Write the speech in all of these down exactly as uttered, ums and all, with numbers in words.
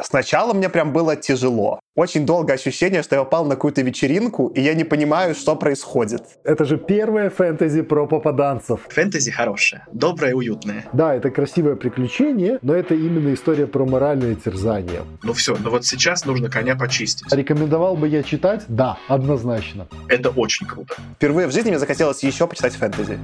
Сначала мне прям было тяжело. Очень долго ощущение, что я попал на какую-то вечеринку, и я не понимаю, что происходит. Это же первое фэнтези про попаданцев. Фэнтези хорошее, доброе и уютное. Да, это красивое приключение, но это именно история про моральное терзание. Ну все, но вот сейчас нужно коня почистить. Рекомендовал бы я читать? Да, однозначно. Это очень круто. Впервые в жизни мне захотелось еще почитать фэнтези.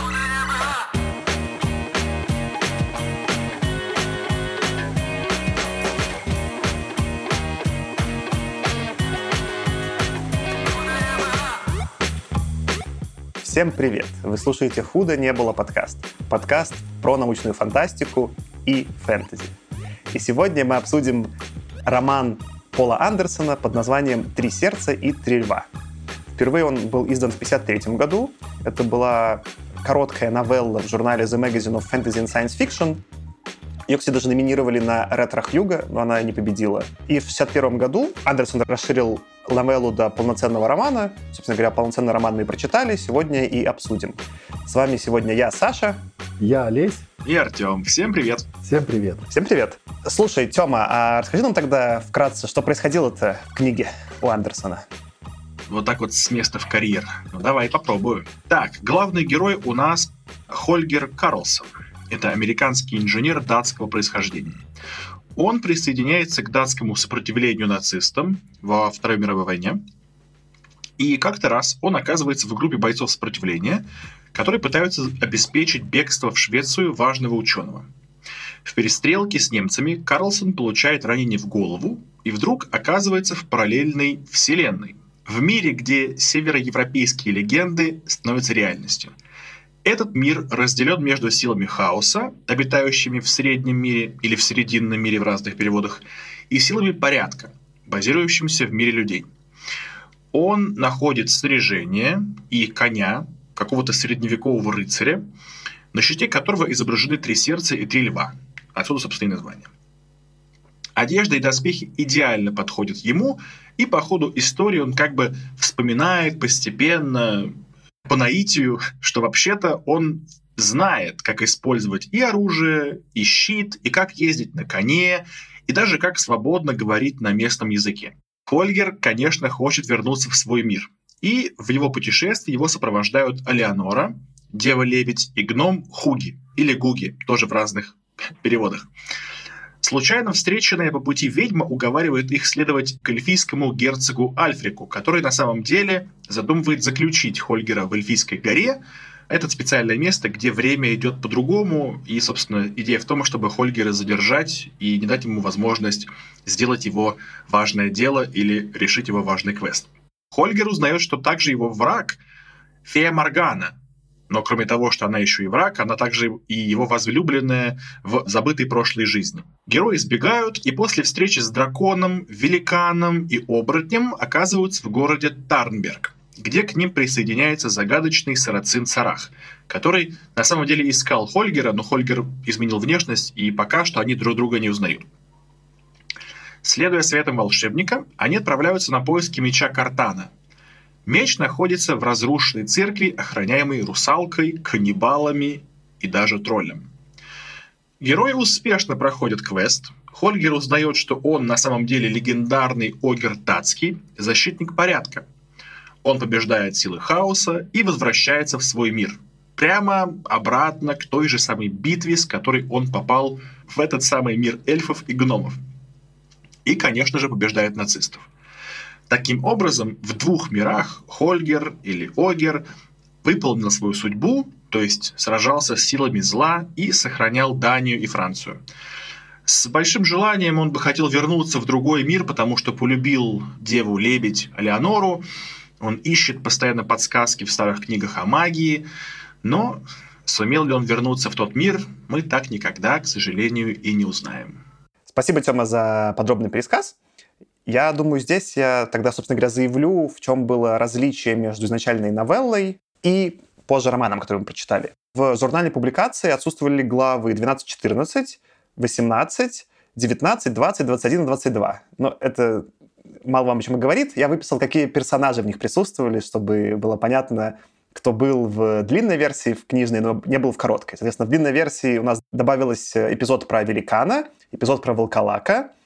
Всем привет! Вы слушаете «Худо не было» подкаст. Подкаст про научную фантастику и фэнтези. И сегодня мы обсудим роман Пола Андерсона под названием «Три сердца и три льва». Впервые он был издан в пятьдесят третьем году. Это была короткая новелла в журнале The Magazine of Fantasy and Science Fiction. Ее, кстати, даже номинировали на Ретро Хьюго, но она не победила. И в шестьдесят первом году Андерсон расширил новеллу до полноценного романа. Собственно говоря, полноценный роман мы и прочитали. Сегодня и обсудим. С вами сегодня я, Саша. Я, Олесь. И Артем. Всем привет. Всем привет. Всем привет. Слушай, Тёма, а расскажи нам тогда вкратце, что происходило-то в книге у Андерсона? Вот так вот с места в карьер. Ну, давай попробую. Так, главный герой у нас Хольгер Карлсон. Это американский инженер датского происхождения. Он присоединяется к датскому сопротивлению нацистам во Второй мировой войне. И как-то раз он оказывается в группе бойцов сопротивления, которые пытаются обеспечить бегство в Швецию важного ученого. В перестрелке с немцами Карлсон получает ранение в голову и вдруг оказывается в параллельной вселенной. В мире, где североевропейские легенды становятся реальностью. Этот мир разделен между силами хаоса, обитающими в среднем мире или в серединном мире в разных переводах, и силами порядка, базирующимися в мире людей. Он находит снаряжение и коня какого-то средневекового рыцаря, на щите которого изображены три сердца и три льва. Отсюда, собственно, и название. Одежда и доспехи идеально подходят ему, и по ходу истории он как бы вспоминает постепенно, по наитию, что вообще-то он знает, как использовать и оружие, и щит, и как ездить на коне, и даже как свободно говорить на местном языке. Хольгер, конечно, хочет вернуться в свой мир. И в его путешествии его сопровождают Алеонора, Дева-лебедь и гном Хуги, или Гуги, тоже в разных переводах. Случайно встреченная по пути ведьма уговаривает их следовать к эльфийскому герцогу Альфрику, который на самом деле задумывает заключить Хольгера в Эльфийской горе. Это специальное место, где время идет по-другому, и, собственно, идея в том, чтобы Хольгера задержать и не дать ему возможность сделать его важное дело или решить его важный квест. Хольгер узнает, что также его враг — фея Моргана. Но кроме того, что она еще и враг, она также и его возлюбленная в забытой прошлой жизни. Герои сбегают, и после встречи с драконом, великаном и оборотнем оказываются в городе Тарнберг, где к ним присоединяется загадочный сарацин Сарах, который на самом деле искал Хольгера, но Хольгер изменил внешность, и пока что они друг друга не узнают. Следуя советам волшебника, они отправляются на поиски меча Картана. Меч находится в разрушенной церкви, охраняемой русалкой, каннибалами и даже троллем. Герои успешно проходят квест. Хольгер узнает, что он на самом деле легендарный Огр датский, защитник порядка. Он побеждает силы хаоса и возвращается в свой мир. Прямо обратно к той же самой битве, с которой он попал в этот самый мир эльфов и гномов. И, конечно же, побеждает нацистов. Таким образом, в двух мирах Хольгер или Огер выполнил свою судьбу, то есть сражался с силами зла и сохранял Данию и Францию. С большим желанием он бы хотел вернуться в другой мир, потому что полюбил деву-лебедь Алеонору. Он ищет постоянно подсказки в старых книгах о магии, но сумел ли он вернуться в тот мир, мы так никогда, к сожалению, и не узнаем. Спасибо, Тёма, за подробный пересказ. Я думаю, здесь я тогда, собственно говоря, заявлю, в чем было различие между изначальной новеллой и позже романом, который мы прочитали. В журнале публикации отсутствовали главы двенадцать-четырнадцать, восемнадцать, девятнадцать, двадцать, двадцать один и двадцать два. Но это мало вам о чем и говорит. Я выписал, какие персонажи в них присутствовали, чтобы было понятно, кто был в длинной версии, в книжной, но не был в короткой. Соответственно, в длинной версии у нас добавилось эпизод про великана, эпизод про волколака,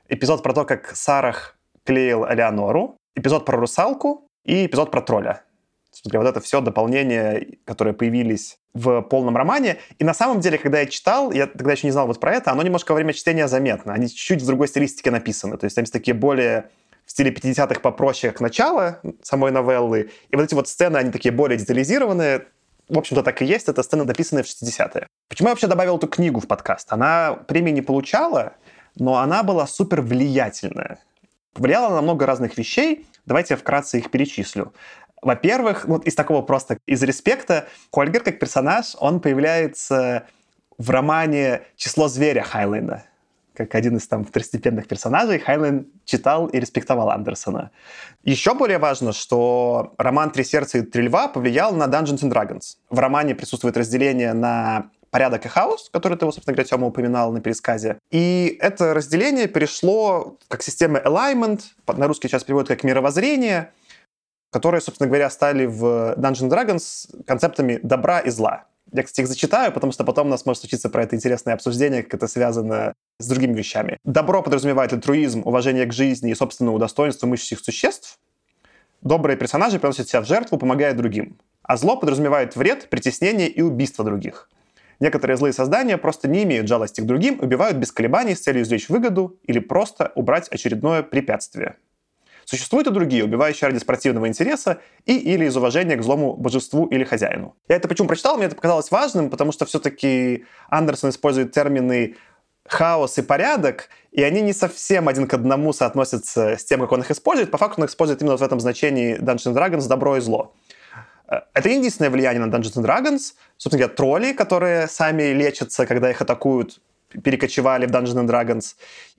эпизод про то, как Сарах клеил Элеонору, эпизод про русалку и эпизод про тролля. Вот это все дополнения, которые появились в полном романе. И на самом деле, когда я читал, я тогда еще не знал вот про это, оно немножко во время чтения заметно. Они чуть-чуть в другой стилистике написаны. То есть там есть такие более в стиле пятидесятых попроще, как начало самой новеллы. И вот эти вот сцены, они такие более детализированные. В общем-то, так и есть. Это сцены, написанные в шестидесятые. Почему я вообще добавил эту книгу в подкаст? Она премии не получала, но она была супер влиятельная. Повлияла на много разных вещей. Давайте я вкратце их перечислю. Во-первых, вот из такого просто, из респекта, Хольгер как персонаж, он появляется в романе «Число зверя» Хайнлайна. Как один из там второстепенных персонажей, Хайнлайн читал и респектовал Андерсона. Еще более важно, что роман «Три сердца и три льва» повлиял на Dungeons and Dragons. В романе присутствует разделение на порядок и хаос, который ты, собственно говоря, Тёма упоминал на пересказе. И это разделение перешло как система alignment, на русский сейчас переводят как мировоззрение, которые, собственно говоря, стали в Dungeons and Dragons концептами добра и зла. Я, кстати, их зачитаю, потому что потом у нас может случиться про это интересное обсуждение, как это связано с другими вещами. Добро подразумевает альтруизм, уважение к жизни и собственному достоинству мыслящих существ. Добрые персонажи приносят себя в жертву, помогая другим. А зло подразумевает вред, притеснение и убийство других. Некоторые злые создания просто не имеют жалости к другим, убивают без колебаний с целью извлечь выгоду или просто убрать очередное препятствие. Существуют и другие, убивающие ради спортивного интереса и или из уважения к злому божеству или хозяину. Я это почему прочитал, мне это показалось важным, потому что все-таки Андерсон использует термины хаос и порядок, и они не совсем один к одному соотносятся с тем, как он их использует. По факту он их использует именно в этом значении Dungeons and Dragons «добро и зло». Это единственное влияние на Dungeons and Dragons. Собственно говоря, тролли, которые сами лечатся, когда их атакуют, перекочевали в Dungeons and Dragons.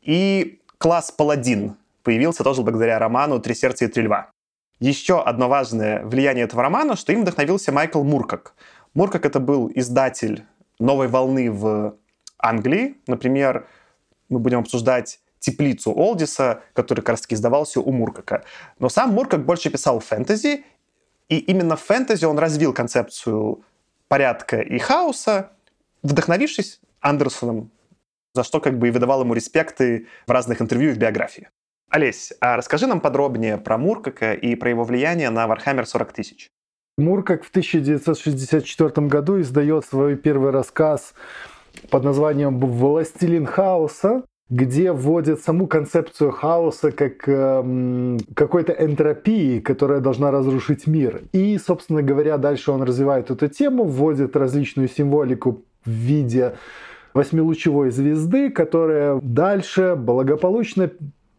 И класс паладин появился тоже благодаря роману «Три сердца и три льва». Еще одно важное влияние этого романа, что им вдохновился Майкл Муркок. Муркок — это был издатель новой волны в Англии. Например, мы будем обсуждать «Теплицу» Олдиса, который как раз-таки издавался у Муркока. Но сам Муркок больше писал фэнтези, и именно в фэнтези он развил концепцию порядка и хаоса, вдохновившись Андерсоном, за что как бы и выдавал ему респекты в разных интервью и в биографии. Олесь, а расскажи нам подробнее про Муркока и про его влияние на Warhammer сорок тысяч. Муркок в тысяча девятьсот шестьдесят четвёртом году издает свой первый рассказ под названием «Властелин хаоса», где вводит саму концепцию хаоса как э, какой-то энтропии, которая должна разрушить мир. И, собственно говоря, дальше он развивает эту тему, вводит различную символику в виде восьмилучевой звезды, которая дальше благополучно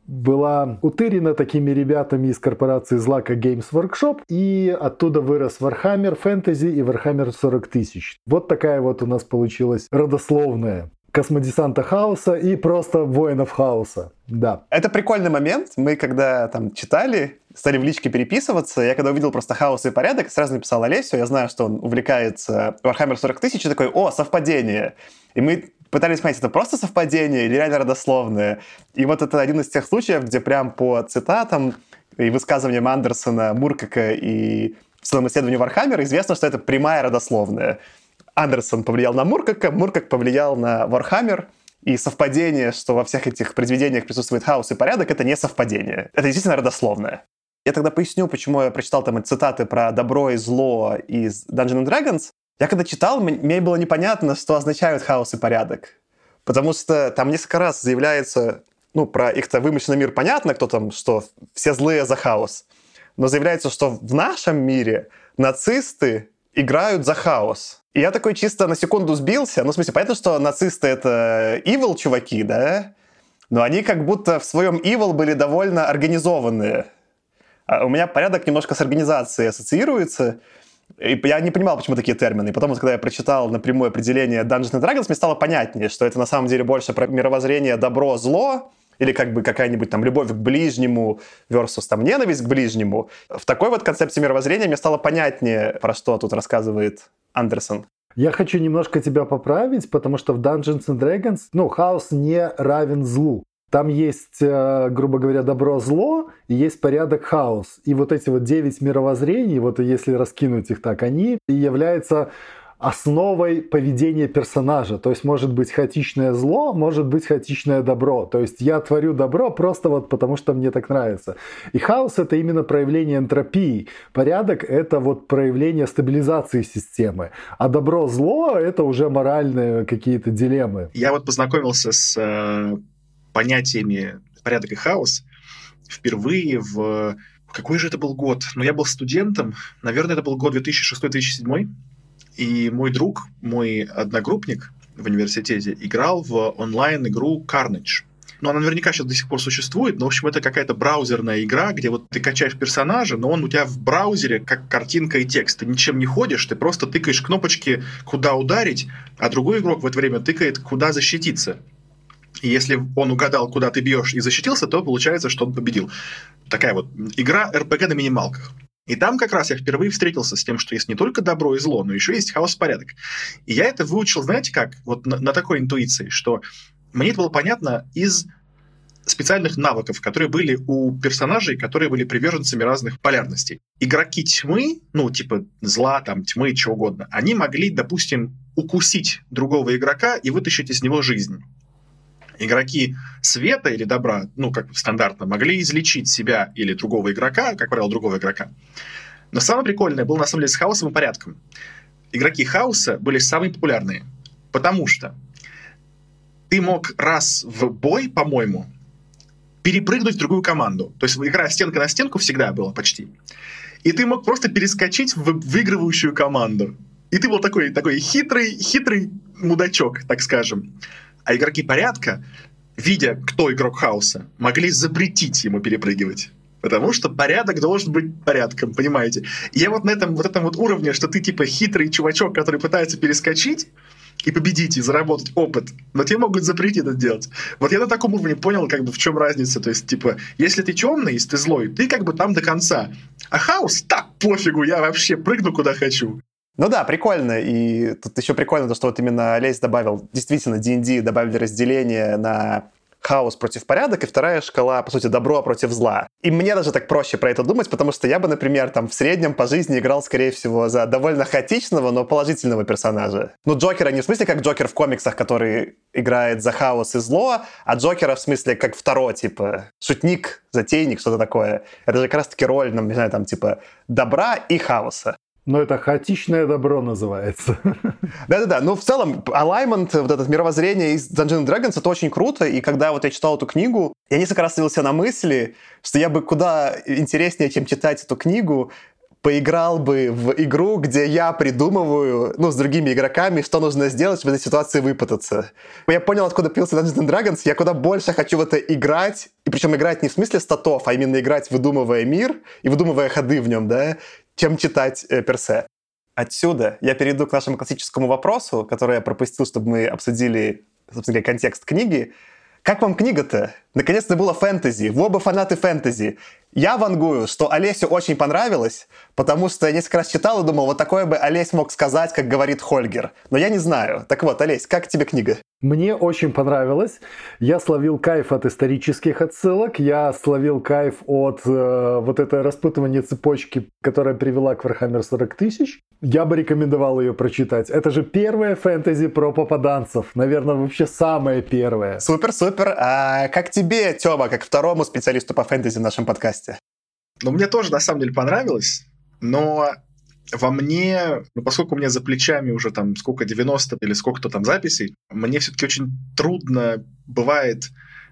была утырена такими ребятами из корпорации зла, как Games Workshop, и оттуда вырос Warhammer Fantasy и Warhammer сорок тысяч. Вот такая вот у нас получилась родословная космодесанта хаоса и просто воинов хаоса. Да. Это прикольный момент. Мы когда там читали, стали в личке переписываться, я когда увидел просто хаос и порядок, сразу написал Олесю, я знаю, что он увлекается Warhammer сорок тысяч, и такой: о, совпадение. И мы пытались понять, это просто совпадение или реально родословное. И вот это один из тех случаев, где прям по цитатам и высказываниям Андерсона, Муркока и в целом исследованию Warhammer известно, что это прямая родословная. Андерсон повлиял на Муркока, Муркок повлиял на Warhammer, и совпадение, что во всех этих произведениях присутствует хаос и порядок, это не совпадение. Это действительно родословное. Я тогда поясню, почему я прочитал там цитаты про добро и зло из Dungeons and Dragons. Я когда читал, мне было непонятно, что означают хаос и порядок. Потому что там несколько раз заявляется, ну, про их-то вымышленный мир понятно, кто там, что все злые за хаос. Но заявляется, что в нашем мире нацисты играют за хаос. И я такой чисто на секунду сбился. Ну, в смысле, понятно, что нацисты — это evil чуваки, да? Но они как будто в своем evil были довольно организованные. А у меня порядок немножко с организацией ассоциируется. И я не понимал, почему такие термины. И потом, когда я прочитал напрямую определение Dungeons and Dragons, мне стало понятнее, что это на самом деле больше про мировоззрение добро-зло, или как бы какая-нибудь там любовь к ближнему versus там ненависть к ближнему. В такой вот концепции мировоззрения мне стало понятнее, про что тут рассказывает Андерсон. Я хочу немножко тебя поправить, потому что в Dungeons and Dragons, ну, хаос не равен злу. Там есть, грубо говоря, добро-зло, и есть порядок-хаос. И вот эти вот девять мировоззрений, вот если раскинуть их так, они и являются основой поведения персонажа. То есть может быть хаотичное зло, может быть хаотичное добро. То есть я творю добро просто вот потому, что мне так нравится. И хаос — это именно проявление энтропии. Порядок — это вот проявление стабилизации системы. А добро-зло — это уже моральные какие-то дилеммы. Я вот познакомился с э, понятиями порядок и хаос впервые в... Какой же это был год? Ну, я был студентом. Наверное, это был год две тысячи шестой - две тысячи седьмой. И мой друг, мой одногруппник в университете играл в онлайн-игру Carnage. Ну, она наверняка сейчас до сих пор существует, но, в общем, это какая-то браузерная игра, где вот ты качаешь персонажа, но он у тебя в браузере как картинка и текст. Ты ничем не ходишь, ты просто тыкаешь кнопочки, куда ударить, а другой игрок в это время тыкает, куда защититься. И если он угадал, куда ты бьешь и защитился, то получается, что он победил. Такая вот игра эр пи джи на минималках. И там как раз я впервые встретился с тем, что есть не только добро и зло, но еще есть хаос и порядок. И я это выучил, знаете как, вот на, на такой интуиции, что мне это было понятно из специальных навыков, которые были у персонажей, которые были приверженцами разных полярностей. Игроки тьмы, ну, типа зла, там, тьмы, чего угодно, они могли, допустим, укусить другого игрока и вытащить из него жизнь. Игроки света или добра, ну, как стандартно, могли излечить себя или другого игрока, как правило, другого игрока. Но самое прикольное было, на самом деле, с хаосом и порядком. Игроки хаоса были самые популярные, потому что ты мог раз в бой, по-моему, перепрыгнуть в другую команду. То есть игра стенка на стенку всегда была почти. И ты мог просто перескочить в выигрывающую команду. И ты был такой, такой хитрый, хитрый мудачок, так скажем. А игроки порядка, видя, кто игрок хаоса, могли запретить ему перепрыгивать. Потому что порядок должен быть порядком, понимаете? И я вот на этом вот, этом вот уровне, что ты типа хитрый чувачок, который пытается перескочить и победить, и заработать опыт, но тебе могут запретить это делать. Вот я на таком уровне понял, как бы в чем разница. То есть, типа, если ты темный, если ты злой, ты как бы там до конца. А хаос, так, пофигу, я вообще прыгну куда хочу. Ну да, прикольно. И тут еще прикольно то, что вот именно Олесь добавил, действительно, ди энд ди добавили разделение на хаос против порядок, и вторая шкала, по сути, добро против зла. И мне даже так проще про это думать, потому что я бы, например, там в среднем по жизни играл, скорее всего, за довольно хаотичного, но положительного персонажа. Ну, Джокера не в смысле как Джокер в комиксах, который играет за хаос и зло, а Джокера в смысле как второй, типа, шутник, затейник, что-то такое. Это же как раз-таки роль, ну, не знаю, там, типа, добра и хаоса. Но это хаотичное добро называется. Да-да-да, ну в целом alignment, вот это мировоззрение из Dungeons and Dragons, это очень круто, и когда вот я читал эту книгу, я несколько раз ловился на мысли, что я бы куда интереснее, чем читать эту книгу, поиграл бы в игру, где я придумываю, ну, с другими игроками, что нужно сделать, чтобы в этой ситуации выпутаться. Я понял, откуда появился Dungeons and Dragons, я куда больше хочу в это играть, и причем играть не в смысле статов, а именно играть, выдумывая мир и выдумывая ходы в нем, да, чем читать э, персе. Отсюда я перейду к нашему классическому вопросу, который я пропустил, чтобы мы обсудили, собственно говоря, контекст книги. Как вам книга-то? Наконец-то было фэнтези. Вы оба фанаты фэнтези. Я вангую, что Олесю очень понравилось, потому что я несколько раз читал и думал, вот такое бы Олесь мог сказать, как говорит Хольгер. Но я не знаю. Так вот, Олесь, как тебе книга? Мне очень понравилось. Я словил кайф от исторических отсылок, я словил кайф от э, вот этой распутывания цепочки, которая привела к Warhammer сорок тысяч. Я бы рекомендовал ее прочитать. Это же первое фэнтези про попаданцев. Наверное, вообще самое первое. Супер-супер. А как тебе, Тёма, как второму специалисту по фэнтези в нашем подкасте? Ну, мне тоже, на самом деле, понравилось, но во мне, ну, поскольку у меня за плечами уже там сколько, девяносто или сколько-то там записей, мне все-таки очень трудно бывает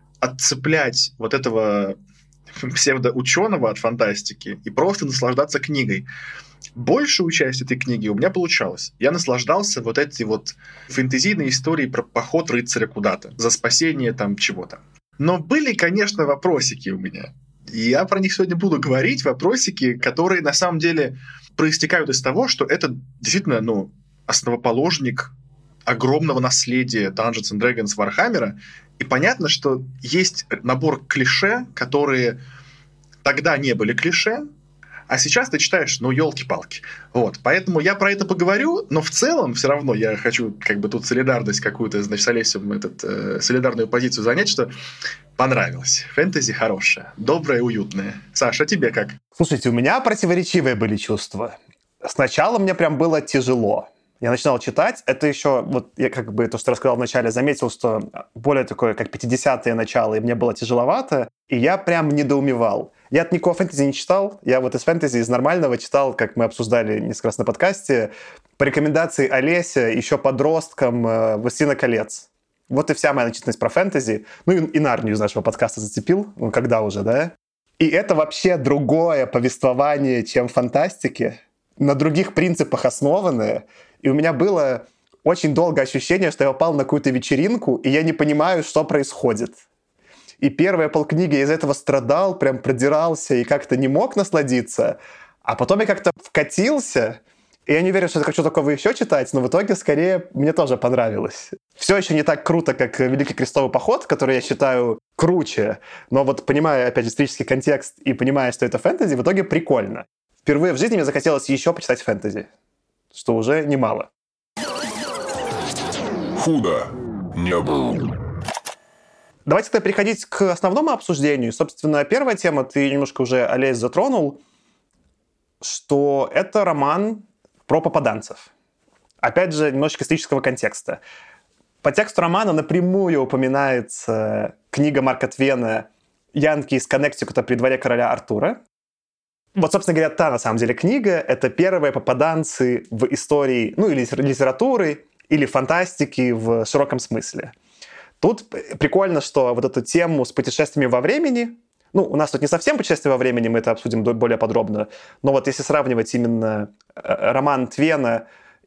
отцеплять вот этого псевдоученого от фантастики и просто наслаждаться книгой. Большую часть этой книги у меня получалось. Я наслаждался вот этой вот фэнтезийной историей про поход рыцаря куда-то, за спасение там чего-то. Но были, конечно, вопросики у меня. И я про них сегодня буду говорить, вопросики, которые на самом деле проистекают из того, что это действительно, ну, основоположник огромного наследия Dungeons and Dragons Warhammer. И понятно, что есть набор клише, которые тогда не были клише, а сейчас ты читаешь, ну, елки-палки. Вот. Поэтому я про это поговорю, но в целом все равно я хочу как бы тут солидарность какую-то, значит, с Олесем этот, э, солидарную позицию занять, что понравилось. Фэнтези хорошее, доброе, уютное. Саша, а тебе как? Слушайте, у меня противоречивые были чувства. Сначала мне прям было тяжело, Я начинал читать. Это еще, вот я как бы то, что рассказал вначале, заметил, что более такое, как пятидесятые начало, и мне было тяжеловато, и я прям недоумевал. Я от никакого фэнтези не читал. Я вот из фэнтези, из нормального читал, как мы обсуждали несколько раз на подкасте, по рекомендации Олеся еще подросткам «Властелина колец». Вот и вся моя начитанность про фэнтези. Ну и, и Нарнию из нашего подкаста зацепил. Ну, когда уже, да? И это вообще другое повествование, чем фантастики. На других принципах основанное. И у меня было очень долгое ощущение, что я попал на какую-то вечеринку, и я не понимаю, что происходит. И первые полкниги я из этого страдал, прям продирался и как-то не мог насладиться. А потом я как-то вкатился, и я не уверен, что я хочу такого еще читать, но в итоге, скорее, мне тоже понравилось. Все еще не так круто, как «Великий крестовый поход», который я считаю круче, но вот понимая, опять же, исторический контекст и понимая, что это фэнтези, в итоге прикольно. Впервые в жизни мне захотелось еще почитать фэнтези, что уже немало. Худо не было. Давайте тогда переходить к основному обсуждению. Собственно, первая тема, ты немножко уже, Олесь, затронул, что это роман про попаданцев. Опять же, немножечко исторического контекста. По тексту романа напрямую упоминается книга Марка Твена «Янки из Коннектикута при дворе короля Артура». Вот, собственно говоря, та, на самом деле, книга — это первые попаданцы в истории, ну, или литературы, или фантастики в широком смысле. Тут прикольно, что вот эту тему с путешествиями во времени, ну, у нас тут не совсем путешествие во времени, мы это обсудим более подробно, но вот если сравнивать именно роман Твена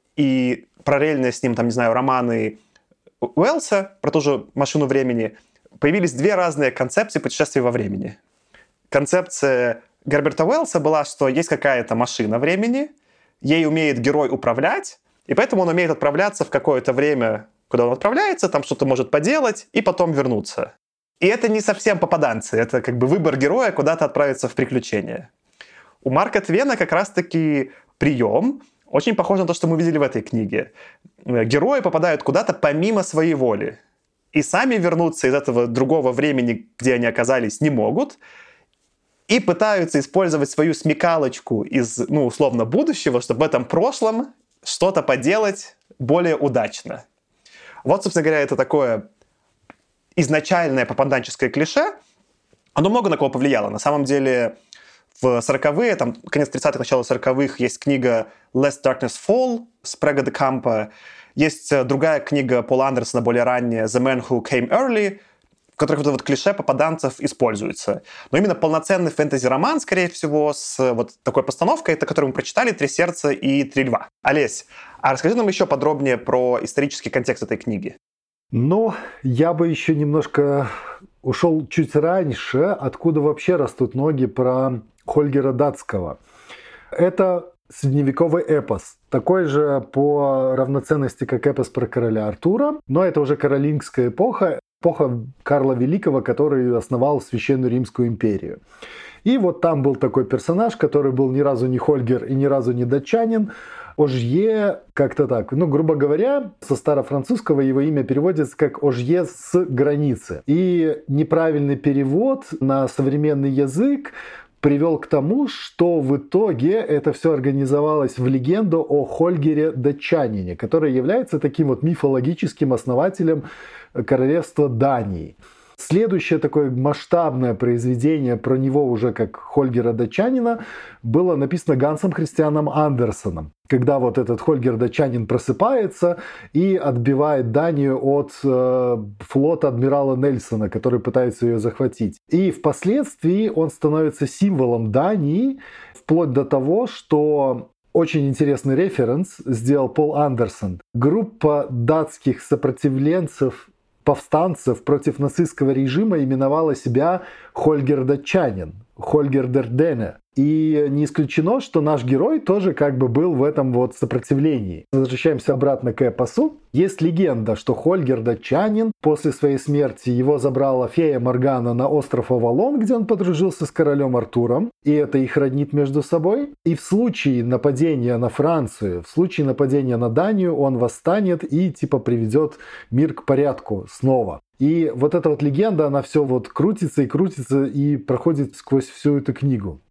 и параллельно с ним, там, не знаю, романы Уэллса про ту же «Машину времени», появились две разные концепции путешествий во времени. Концепция Герберта Уэллса была, что есть какая-то машина времени, ей умеет герой управлять, и поэтому он умеет отправляться в какое-то время, куда он отправляется, там что-то может поделать, и потом вернуться. И это не совсем попаданцы, это как бы выбор героя куда-то отправиться в приключения. У Марка Твена как раз-таки прием очень похож на то, что мы видели в этой книге. Герои попадают куда-то помимо своей воли. И сами вернуться из этого другого времени, где они оказались, не могут. И пытаются использовать свою смекалочку из, ну, условно, будущего, чтобы в этом прошлом что-то поделать более удачно. Вот, собственно говоря, это такое изначальное попаданческое клише. Оно много на кого повлияло. На самом деле, в сороковые, там, конец тридцатых, начало сороковых, есть книга «Lest Darkness Fall» Спрега де Кампо. Есть другая книга Пола Андерсона, более ранняя, «The Man Who Came Early», в которых вот это вот клише попаданцев используется. Но именно полноценный фэнтези-роман, скорее всего, с вот такой постановкой, это который мы прочитали, «Три сердца» и «Три льва». Олесь, а расскажи нам еще подробнее про исторический контекст этой книги. Ну, я бы еще немножко ушел чуть раньше, откуда вообще растут ноги про Хольгера Датского. Это средневековый эпос. Такой же по равноценности, как эпос про короля Артура, но это уже каролингская эпоха, эпоха Карла Великого, который основал Священную Римскую империю. И вот там был такой персонаж, который был ни разу не Хольгер и ни разу не датчанин, Ожье, как-то так. Ну, грубо говоря, со старофранцузского его имя переводится как Ожье с границы. И неправильный перевод на современный язык привел к тому, что в итоге это все организовалось в легенду о Хольгере датчанине, который является таким вот мифологическим основателем королевства Дании. Следующее такое масштабное произведение про него уже как Хольгера датчанина было написано Гансом Христианом Андерсоном. Когда вот этот Хольгер датчанин просыпается и отбивает Данию от э, флота адмирала Нельсона, который пытается ее захватить. И впоследствии он становится символом Дании, вплоть до того, что очень интересный референс сделал Пол Андерсон. Группа датских сопротивленцев, повстанцев против нацистского режима именовала себя Хольгер датчанин, Хольгер дер Дене. И не исключено, что наш герой тоже как бы был в этом вот сопротивлении. Возвращаемся обратно к эпосу. Есть легенда, что Хольгер датчанин, после своей смерти его забрала фея Моргана на остров Авалон, где он подружился с королем Артуром, и это их роднит между собой. И в случае нападения на Францию, в случае нападения на Данию, он восстанет и типа приведет мир к порядку снова. И вот эта вот легенда, она все вот крутится и крутится и проходит сквозь всю эту книгу.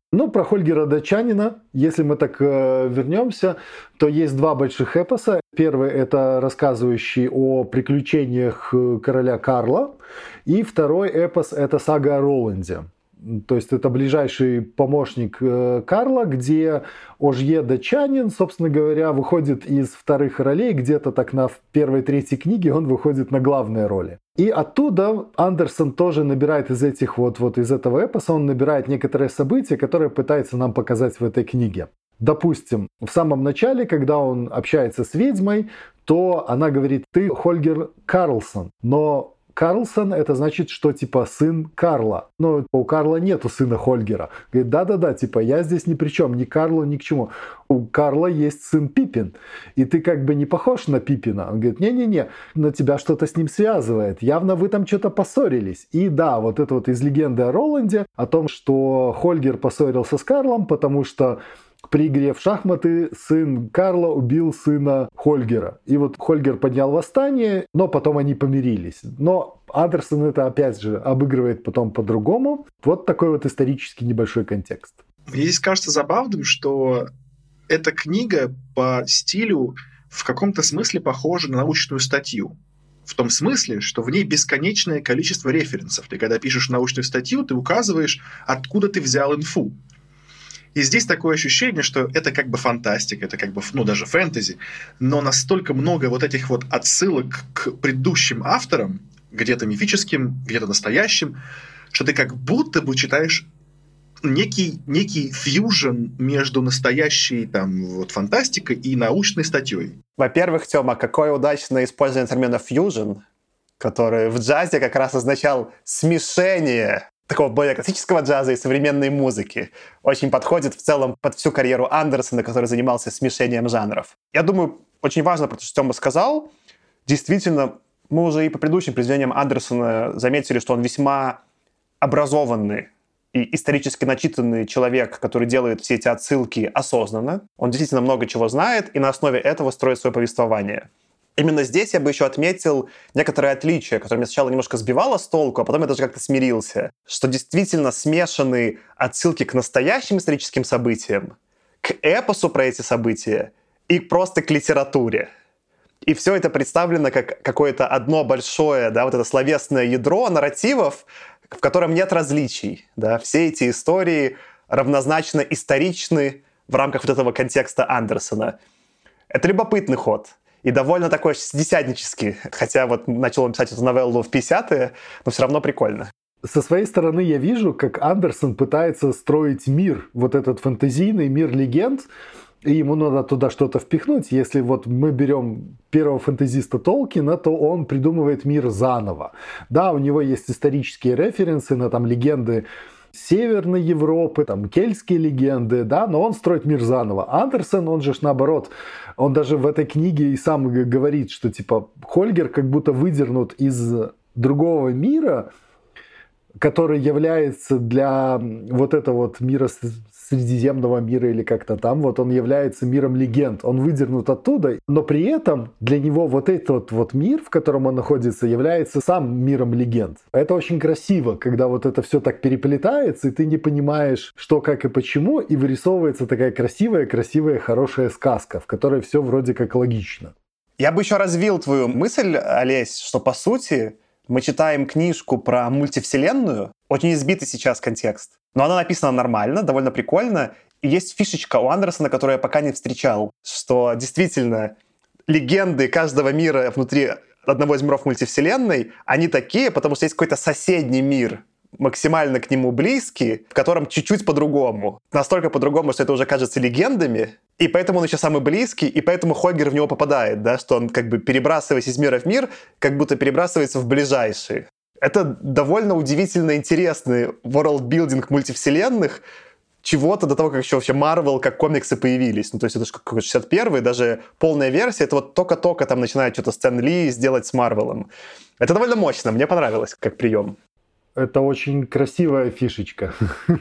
Ну, про Хольгера Датчанина, если мы так э, вернемся, то есть два больших эпоса. Первый — это рассказывающий о приключениях короля Карла, и второй эпос — это сага о Роланде. То есть это ближайший помощник э, Карла, где Ожье Датчанин, собственно говоря, выходит из вторых ролей, где-то так на первой-третьей книге он выходит на главные роли. И оттуда Андерсон тоже набирает из этих вот, вот из этого эпоса, он набирает некоторые события, которые пытается нам показать в этой книге. Допустим, в самом начале, когда он общается с ведьмой, то она говорит: ты Хольгер Карлсон, но Карлсон — это значит, что типа сын Карла. Но у Карла нету сына Хольгера. Говорит: да-да-да, типа я здесь ни при чем, ни Карлу, ни к чему. У Карла есть сын Пиппин, и ты как бы не похож на Пиппина. Он говорит: не-не-не, на тебя что-то с ним связывает. Явно вы там что-то поссорились. И да, вот это вот из легенды о Роланде, о том, что Хольгер поссорился с Карлом, потому что при игре в шахматы сын Карла убил сына Хольгера. И вот Хольгер поднял восстание, но потом они помирились. Но Андерсон это опять же обыгрывает потом по-другому. Вот такой вот исторический небольшой контекст. Мне здесь кажется забавным, что эта книга по стилю в каком-то смысле похожа на научную статью. В том смысле, что в ней бесконечное количество референсов. Ты когда пишешь научную статью, ты указываешь, откуда ты взял инфу. И здесь такое ощущение, что это как бы фантастика, это как бы, ну, даже фэнтези, но настолько много вот этих вот отсылок к предыдущим авторам, где-то мифическим, где-то настоящим, что ты как будто бы читаешь некий, некий фьюжн между настоящей там вот фантастикой и научной статьей. Во-первых, Тёма, какое удачное использование термина «фьюжн», который в джазе как раз означал смешение такого более классического джаза и современной музыки. Очень подходит в целом под всю карьеру Андерсона, который занимался смешением жанров. Я думаю, очень важно, потому что Тёма сказал, действительно, мы уже и по предыдущим произведениям Андерсона заметили, что он весьма образованный и исторически начитанный человек, который делает все эти отсылки осознанно. Он действительно много чего знает, и на основе этого строит свое повествование. Именно здесь я бы еще отметил некоторые отличия, которые меня сначала немножко сбивало с толку, а потом я даже как-то смирился, что действительно смешаны отсылки к настоящим историческим событиям, к эпосу про эти события и просто к литературе. И все это представлено как какое-то одно большое, да, вот это словесное ядро нарративов, в котором нет различий. Да. Все эти истории равнозначно историчны в рамках вот этого контекста Андерсона. Это любопытный ход. И довольно такой шестидесятнический. Хотя вот начал он писать эту новеллу в пятидесятые, но все равно прикольно. Со своей стороны я вижу, как Андерсон пытается строить мир, вот этот фэнтезийный мир легенд, и ему надо туда что-то впихнуть. Если вот мы берем первого фэнтезиста Толкина, то он придумывает мир заново. Да, у него есть исторические референсы на там легенды Северной Европы, там кельтские легенды, да, но он строит мир заново. Андерсон, он же ж наоборот, он даже в этой книге и сам говорит, что типа Хольгер как будто выдернут из другого мира, который является для вот этого вот мира, Средиземного мира или как-то там, вот он является миром легенд, он выдернут оттуда, но при этом для него вот этот вот мир, в котором он находится, является сам миром легенд. Это очень красиво, когда вот это все так переплетается, и ты не понимаешь, что, как и почему, и вырисовывается такая красивая, красивая, хорошая сказка, в которой все вроде как логично. Я бы еще развил твою мысль, Олесь, что по сути мы читаем книжку про мультивселенную, очень избитый сейчас контекст. Но она написана нормально, довольно прикольно. И есть фишечка у Андерсона, которую я пока не встречал, что действительно легенды каждого мира внутри одного из миров мультивселенной, они такие, потому что есть какой-то соседний мир, максимально к нему близкий, в котором чуть-чуть по-другому. Настолько по-другому, что это уже кажется легендами. И поэтому он еще самый близкий, и поэтому Хольгер в него попадает, да, что он как бы перебрасываясь из мира в мир, как будто перебрасывается в ближайший. Это довольно удивительно интересный ворлдбилдинг мультивселенных, чего-то до того, как еще вообще Marvel, как комиксы появились. Ну, то есть это же какой-то шестьдесят первый, даже полная версия, это вот только-только там начинает что-то Стэн Ли сделать с Марвелом. Это довольно мощно, мне понравилось как прием. Это очень красивая фишечка.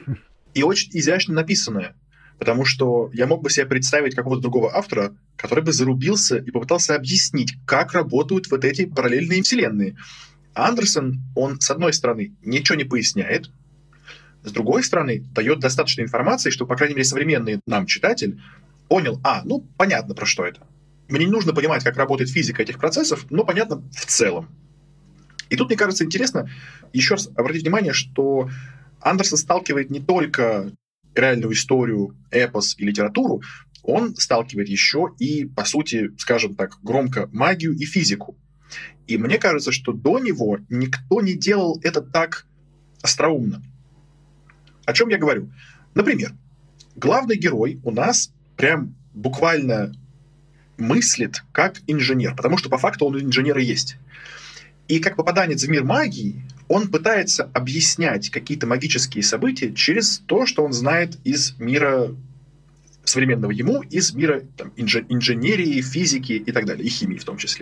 И очень изящно написанная. Потому что я мог бы себе представить какого-то другого автора, который бы зарубился и попытался объяснить, как работают вот эти параллельные вселенные. Андерсон, он, с одной стороны, ничего не поясняет, с другой стороны, дает достаточно информации, чтобы, по крайней мере, современный нам читатель понял, а, ну, понятно, про что это. Мне не нужно понимать, как работает физика этих процессов, но понятно в целом. И тут, мне кажется, интересно еще раз обратить внимание, что Андерсон сталкивает не только реальную историю, эпос и литературу, он сталкивает еще и, по сути, скажем так, громко магию и физику. И мне кажется, что до него никто не делал это так остроумно. О чем я говорю? Например, главный герой у нас прям буквально мыслит как инженер, потому что по факту он инженер и есть. И как попаданец в мир магии, он пытается объяснять какие-то магические события через то, что он знает из мира современного ему, из мира там, инж- инженерии, физики и так далее, и химии в том числе.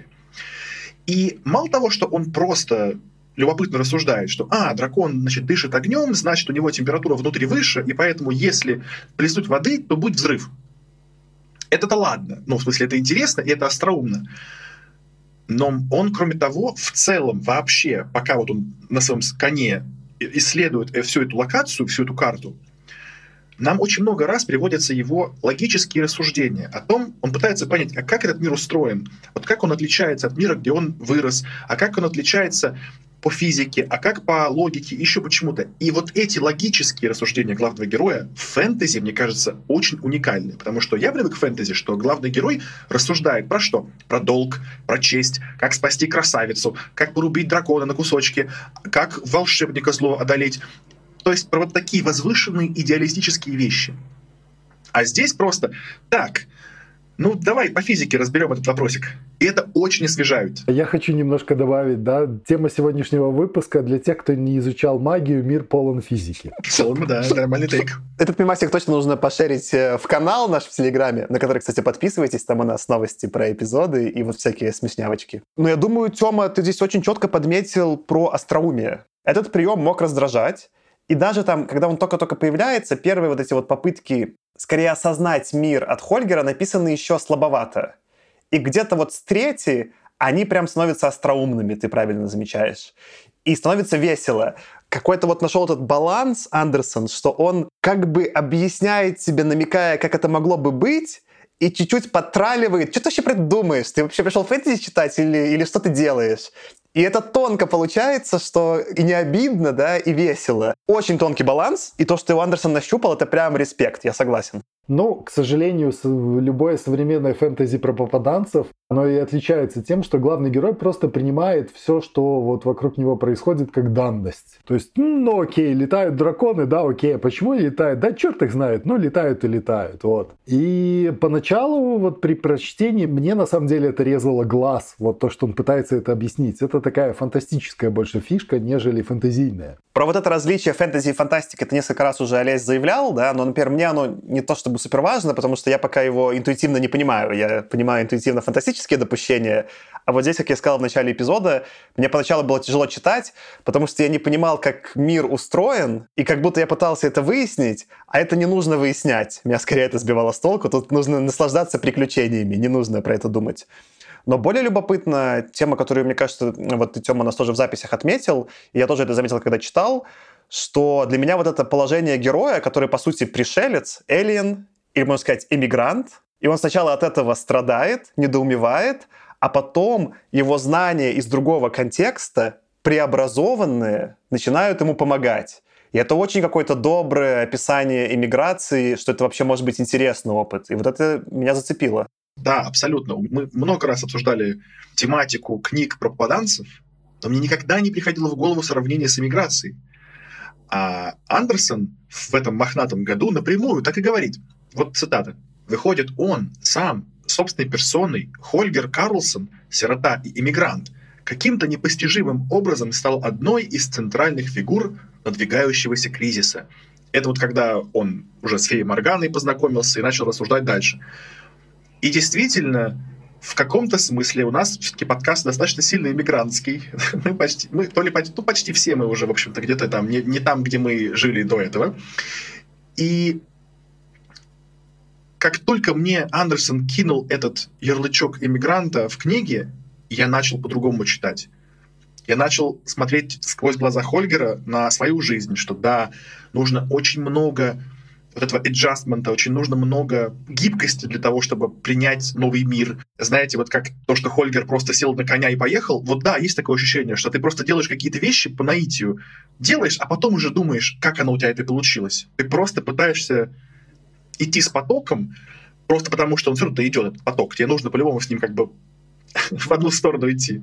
И мало того, что он просто любопытно рассуждает, что а, дракон, значит, дышит огнем, значит, у него температура внутри выше, и поэтому если плеснуть воды, то будет взрыв. Это-то ладно. Ну, в смысле, это интересно, и это остроумно. Но он, кроме того, в целом вообще, пока вот он на своем коне исследует всю эту локацию, всю эту карту, нам очень много раз приводятся его логические рассуждения о том, он пытается понять, а как этот мир устроен, вот как он отличается от мира, где он вырос, а как он отличается по физике, а как по логике, еще почему-то. И вот эти логические рассуждения главного героя в фэнтези, мне кажется, очень уникальны. Потому что я привык к фэнтези, что главный герой рассуждает про что? Про долг, про честь, как спасти красавицу, как порубить дракона на кусочки, как волшебника зло одолеть. То есть про вот такие возвышенные идеалистические вещи. А здесь просто так... Ну, давай по физике разберем этот вопросик. И это очень освежает. Я хочу немножко добавить, да, тема сегодняшнего выпуска для тех, кто не изучал магию, мир полон физики. В целом, да, нормальный тейк. Этот мемасик точно нужно пошерить в канал наш в Телеграме, на который, кстати, подписывайтесь, там у нас новости про эпизоды и вот всякие смешнявочки. Но я думаю, Тёма, ты здесь очень четко подметил про остроумие. Этот прием мог раздражать, и даже там, когда он только-только появляется, первые вот эти вот попытки скорее осознать мир от Хольгера написаны еще слабовато. И где-то вот с третьей они прям становятся остроумными, ты правильно замечаешь. И становится весело. Какой-то вот нашел этот баланс Андерсон, что он как бы объясняет тебе, намекая, как это могло бы быть, и чуть-чуть подтраливает. Что ты вообще придумаешь? Ты вообще пришел фэнтези читать или, или что ты делаешь? И это тонко получается, что и не обидно, да, и весело. Очень тонкий баланс, и то, что его Андерсон нащупал, это прям респект, я согласен. Ну, к сожалению, любое современное фэнтези про попаданцев, оно и отличается тем, что главный герой просто принимает все, что вот вокруг него происходит, как данность. То есть, ну окей, летают драконы, да, окей, а почему летают? Да черт их знает, ну летают и летают, вот. И поначалу вот при прочтении мне на самом деле это резало глаз, вот то, что он пытается это объяснить. Это такая фантастическая больше фишка, нежели фэнтезийная. Про вот это различие фэнтези и фантастики ты несколько раз уже, Олесь, заявлял, да, но, например, мне оно не то чтобы супер важно, потому что я пока его интуитивно не понимаю. Я понимаю интуитивно фантастические допущения, а вот здесь, как я сказал в начале эпизода, мне поначалу было тяжело читать, потому что я не понимал, как мир устроен, и как будто я пытался это выяснить, а это не нужно выяснять. Меня скорее это сбивало с толку. Тут нужно наслаждаться приключениями, не нужно про это думать. Но более любопытна тема, которую, мне кажется, вот ты, Тёма, нас тоже в записях отметил, и я тоже это заметил, когда читал, что для меня вот это положение героя, который, по сути, пришелец, алien, или, можно сказать, эмигрант, и он сначала от этого страдает, недоумевает, а потом его знания из другого контекста, преобразованные, начинают ему помогать. И это очень какое-то доброе описание эмиграции, что это вообще может быть интересный опыт. И вот это меня зацепило. Да, абсолютно. Мы много раз обсуждали тематику книг про попаданцев, но мне никогда не приходило в голову сравнение с эмиграцией. А Андерсон в этом мохнатом году напрямую так и говорит. Вот цитата. «Выходит, он сам, собственной персоной, Хольгер Карлсон, сирота и эмигрант, каким-то непостижимым образом стал одной из центральных фигур надвигающегося кризиса». Это вот когда он уже с феей Морганой познакомился и начал рассуждать дальше. И действительно, в каком-то смысле у нас все-таки подкаст достаточно сильно иммигрантский. Мы почти, мы, то ли, ну, почти все мы уже, в общем-то, где-то там, не, не там, где мы жили до этого. И как только мне Андерсон кинул этот ярлычок иммигранта в книге, я начал по-другому читать. я начал смотреть сквозь глаза Хольгера на свою жизнь, что да, нужно очень много вот этого эджастмента, очень нужно много гибкости для того, чтобы принять новый мир. Знаете, вот как то, что Хольгер просто сел на коня и поехал, вот да, есть такое ощущение, что ты просто делаешь какие-то вещи по наитию, делаешь, а потом уже думаешь, как оно у тебя это получилось. Ты просто пытаешься идти с потоком, просто потому что он все равно идет, этот поток. Тебе нужно по-любому с ним как бы в одну сторону идти.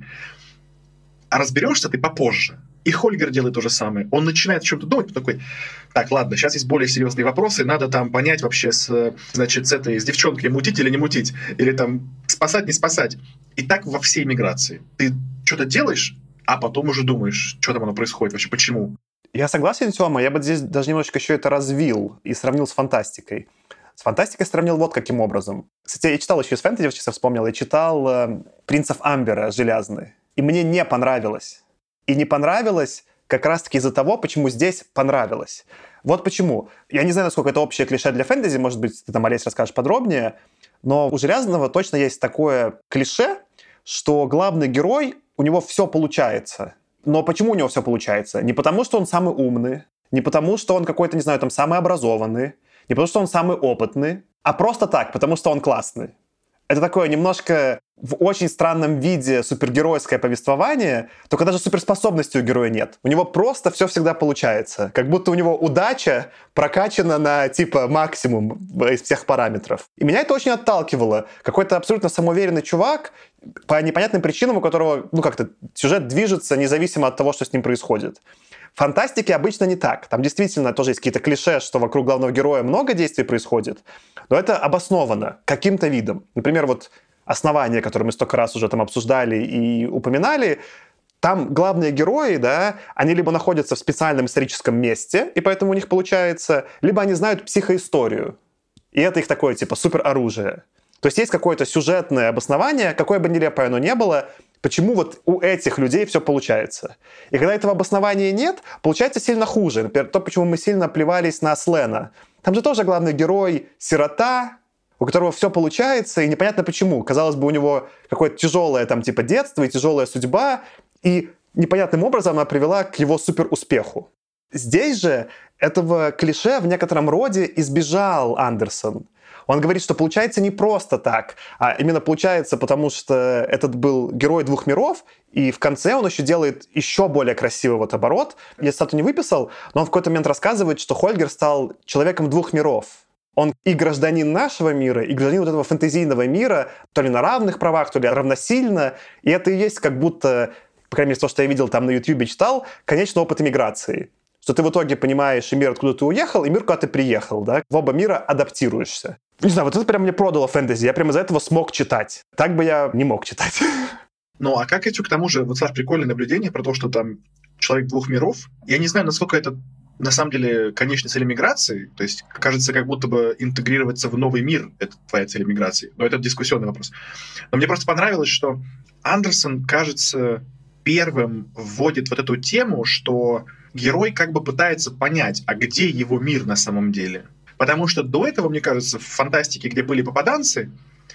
А разберешься ты попозже. И Хольгер делает то же самое. Он начинает о чем-то думать, такой, так, ладно, сейчас есть более серьезные вопросы, надо там понять вообще, с, значит, с этой, с девчонкой мутить или не мутить, или там спасать, не спасать. И так во всей миграции. Ты что-то делаешь, а потом уже думаешь, что там оно происходит вообще, почему. Я согласен, Тёма, я бы здесь даже немножечко еще это развил и сравнил с фантастикой. С фантастикой сравнил вот каким образом. Кстати, я читал еще из фэнтези, сейчас вспомнил, я читал э, «Принцев Амбера» «Железный». И мне не понравилось. И не понравилось как раз-таки из-за того, почему здесь понравилось. Вот почему. Я не знаю, насколько это общее клише для фэнтези, может быть, ты там, Олесь, расскажешь подробнее, но у «Железного» точно есть такое клише, что главный герой, у него все получается. Но почему у него все получается? Не потому, что он самый умный, не потому, что он какой-то, не знаю, там, самый образованный, не потому, что он самый опытный, а просто так, потому что он классный. Это такое немножко в очень странном виде супергеройское повествование, только даже суперспособности у героя нет. У него просто все всегда получается. Как будто у него удача прокачана на типа максимум из всех параметров. И меня это очень отталкивало. Какой-то абсолютно самоуверенный чувак, по непонятным причинам, у которого, ну, как-то сюжет движется независимо от того, что с ним происходит. В фантастике обычно не так. Там действительно тоже есть какие-то клише, что вокруг главного героя много действий происходит, но это обосновано каким-то видом. Например, вот «Основание», которое мы столько раз уже там обсуждали и упоминали, там главные герои, да, они либо находятся в специальном историческом месте, и поэтому у них получается, либо они знают психоисторию, и это их такое типа супероружие. То есть есть какое-то сюжетное обоснование, какое бы нелепое оно ни было, почему вот у этих людей все получается. И когда этого обоснования нет, получается сильно хуже. Например, то, почему мы сильно плевались на Слена. Там же тоже главный герой сирота, у которого все получается, и непонятно почему. Казалось бы, у него какое-то тяжелое там типа детство и тяжелая судьба, и непонятным образом она привела к его суперуспеху. Здесь же этого клише в некотором роде избежал Андерсон. Он говорит, что получается не просто так, а именно получается, потому что этот был герой двух миров, и в конце он еще делает еще более красивый вот оборот. Я стату не выписал, но он в какой-то момент рассказывает, что Хольгер стал человеком двух миров. Он и гражданин нашего мира, и гражданин вот этого фэнтезийного мира, то ли на равных правах, то ли равносильно. И это и есть как будто, по крайней мере, то, что я видел там на Ютьюбе, читал, конечный опыт эмиграции. Что ты в итоге понимаешь и мир, откуда ты уехал, и мир, куда ты приехал. Да? В оба мира адаптируешься. Не знаю, вот это прям мне продало фэнтези. Я прям из-за этого смог читать. Так бы я не мог читать. Ну, а как еще к тому же, вот, Саш, прикольное наблюдение про то, что там человек двух миров. Я не знаю, насколько это на самом деле конечная цель миграции. То есть, кажется, как будто бы интегрироваться в новый мир — это твоя цель миграции. Но это дискуссионный вопрос. Но мне просто понравилось, что Андерсон, кажется, первым вводит вот эту тему, что герой как бы пытается понять, а где его мир на самом деле. Потому что до этого, мне кажется, в фантастике, где были попаданцы,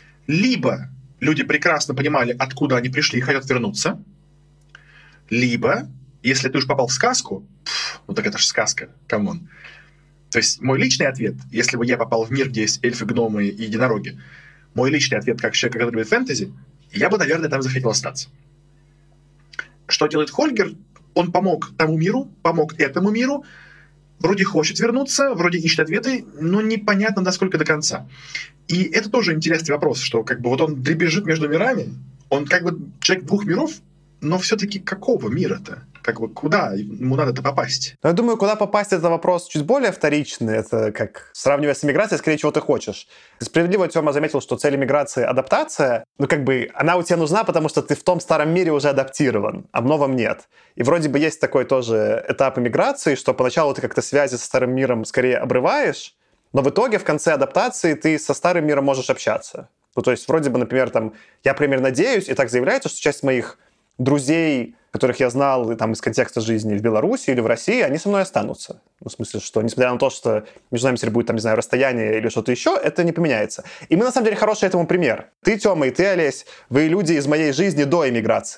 либо люди прекрасно понимали, откуда они пришли и хотят вернуться, либо, если ты уж попал в сказку, пфф, ну так это же сказка, камон. То есть мой личный ответ, если бы я попал в мир, где есть эльфы, гномы и единороги, мой личный ответ как человек, который любит фэнтези, я бы, наверное, там захотел остаться. Что делает Хольгер? Он помог тому миру, помог этому миру, вроде хочет вернуться, вроде ищет ответы, но непонятно, насколько до конца. И это тоже интересный вопрос, что как бы вот он дребезжит между мирами, он как бы человек двух миров, но все-таки какого мира-то? Как бы куда ему надо-то попасть? Я думаю, куда попасть — это вопрос чуть более вторичный. Это как сравнивая с эмиграцией, скорее, чего ты хочешь. Справедливо Тёма заметил, что цель эмиграции — адаптация. Ну, как бы, она у тебя нужна, потому что ты в том старом мире уже адаптирован, а в новом нет. И вроде бы есть такой тоже этап эмиграции, что поначалу ты как-то связи со старым миром скорее обрываешь, но в итоге в конце адаптации ты со старым миром можешь общаться. Ну, то есть, вроде бы, например, там, я примерно надеюсь, и так заявляется, что часть моих друзей, которых я знал там, из контекста жизни в Беларуси или в России, они со мной останутся. Ну, в смысле, что несмотря на то, что между нами теперь будет, там, не знаю, расстояние или что-то еще, это не поменяется. И мы, на самом деле, хороший этому пример. Ты, Тёма, и ты, Олесь, вы люди из моей жизни до эмиграции.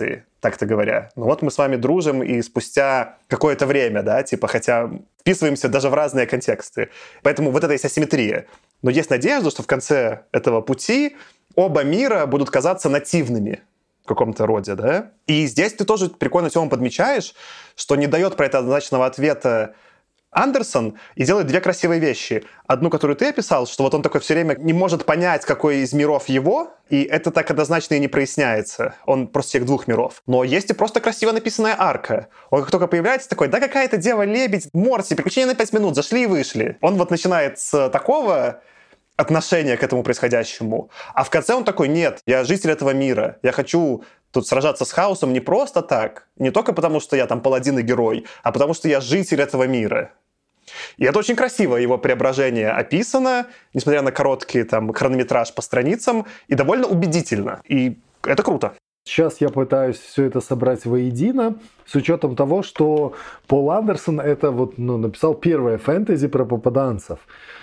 так-то говоря. Ну вот мы с вами дружим, и спустя какое-то время, да, типа, хотя вписываемся даже в разные контексты. Поэтому вот это есть асимметрия. Но есть надежда, что в конце этого пути оба мира будут казаться нативными в каком-то роде, да? И здесь ты тоже прикольно, Тёма, подмечаешь, что не дает про это однозначного ответа Андерсон и делает две красивые вещи. Одну, которую ты описал, что вот он такой все время не может понять, какой из миров его, и это так однозначно и не проясняется. Он просто всех двух миров. Но есть и просто красиво написанная арка. Он как только появляется такой, да какая-то дева-лебедь, Морти, приключения на пять минут, зашли и вышли. Он вот начинает с такого отношения к этому происходящему. А в конце он такой, нет, я житель этого мира, я хочу тут сражаться с хаосом не просто так, не только потому, что я там паладин и герой, а потому что я житель этого мира. И это очень красиво, его преображение описано, несмотря на короткий там хронометраж по страницам, и довольно убедительно. И это круто. Сейчас я пытаюсь все это собрать воедино, с учетом того, что Пол Андерсон это вот, ну, написал первое фэнтези про попаданцев.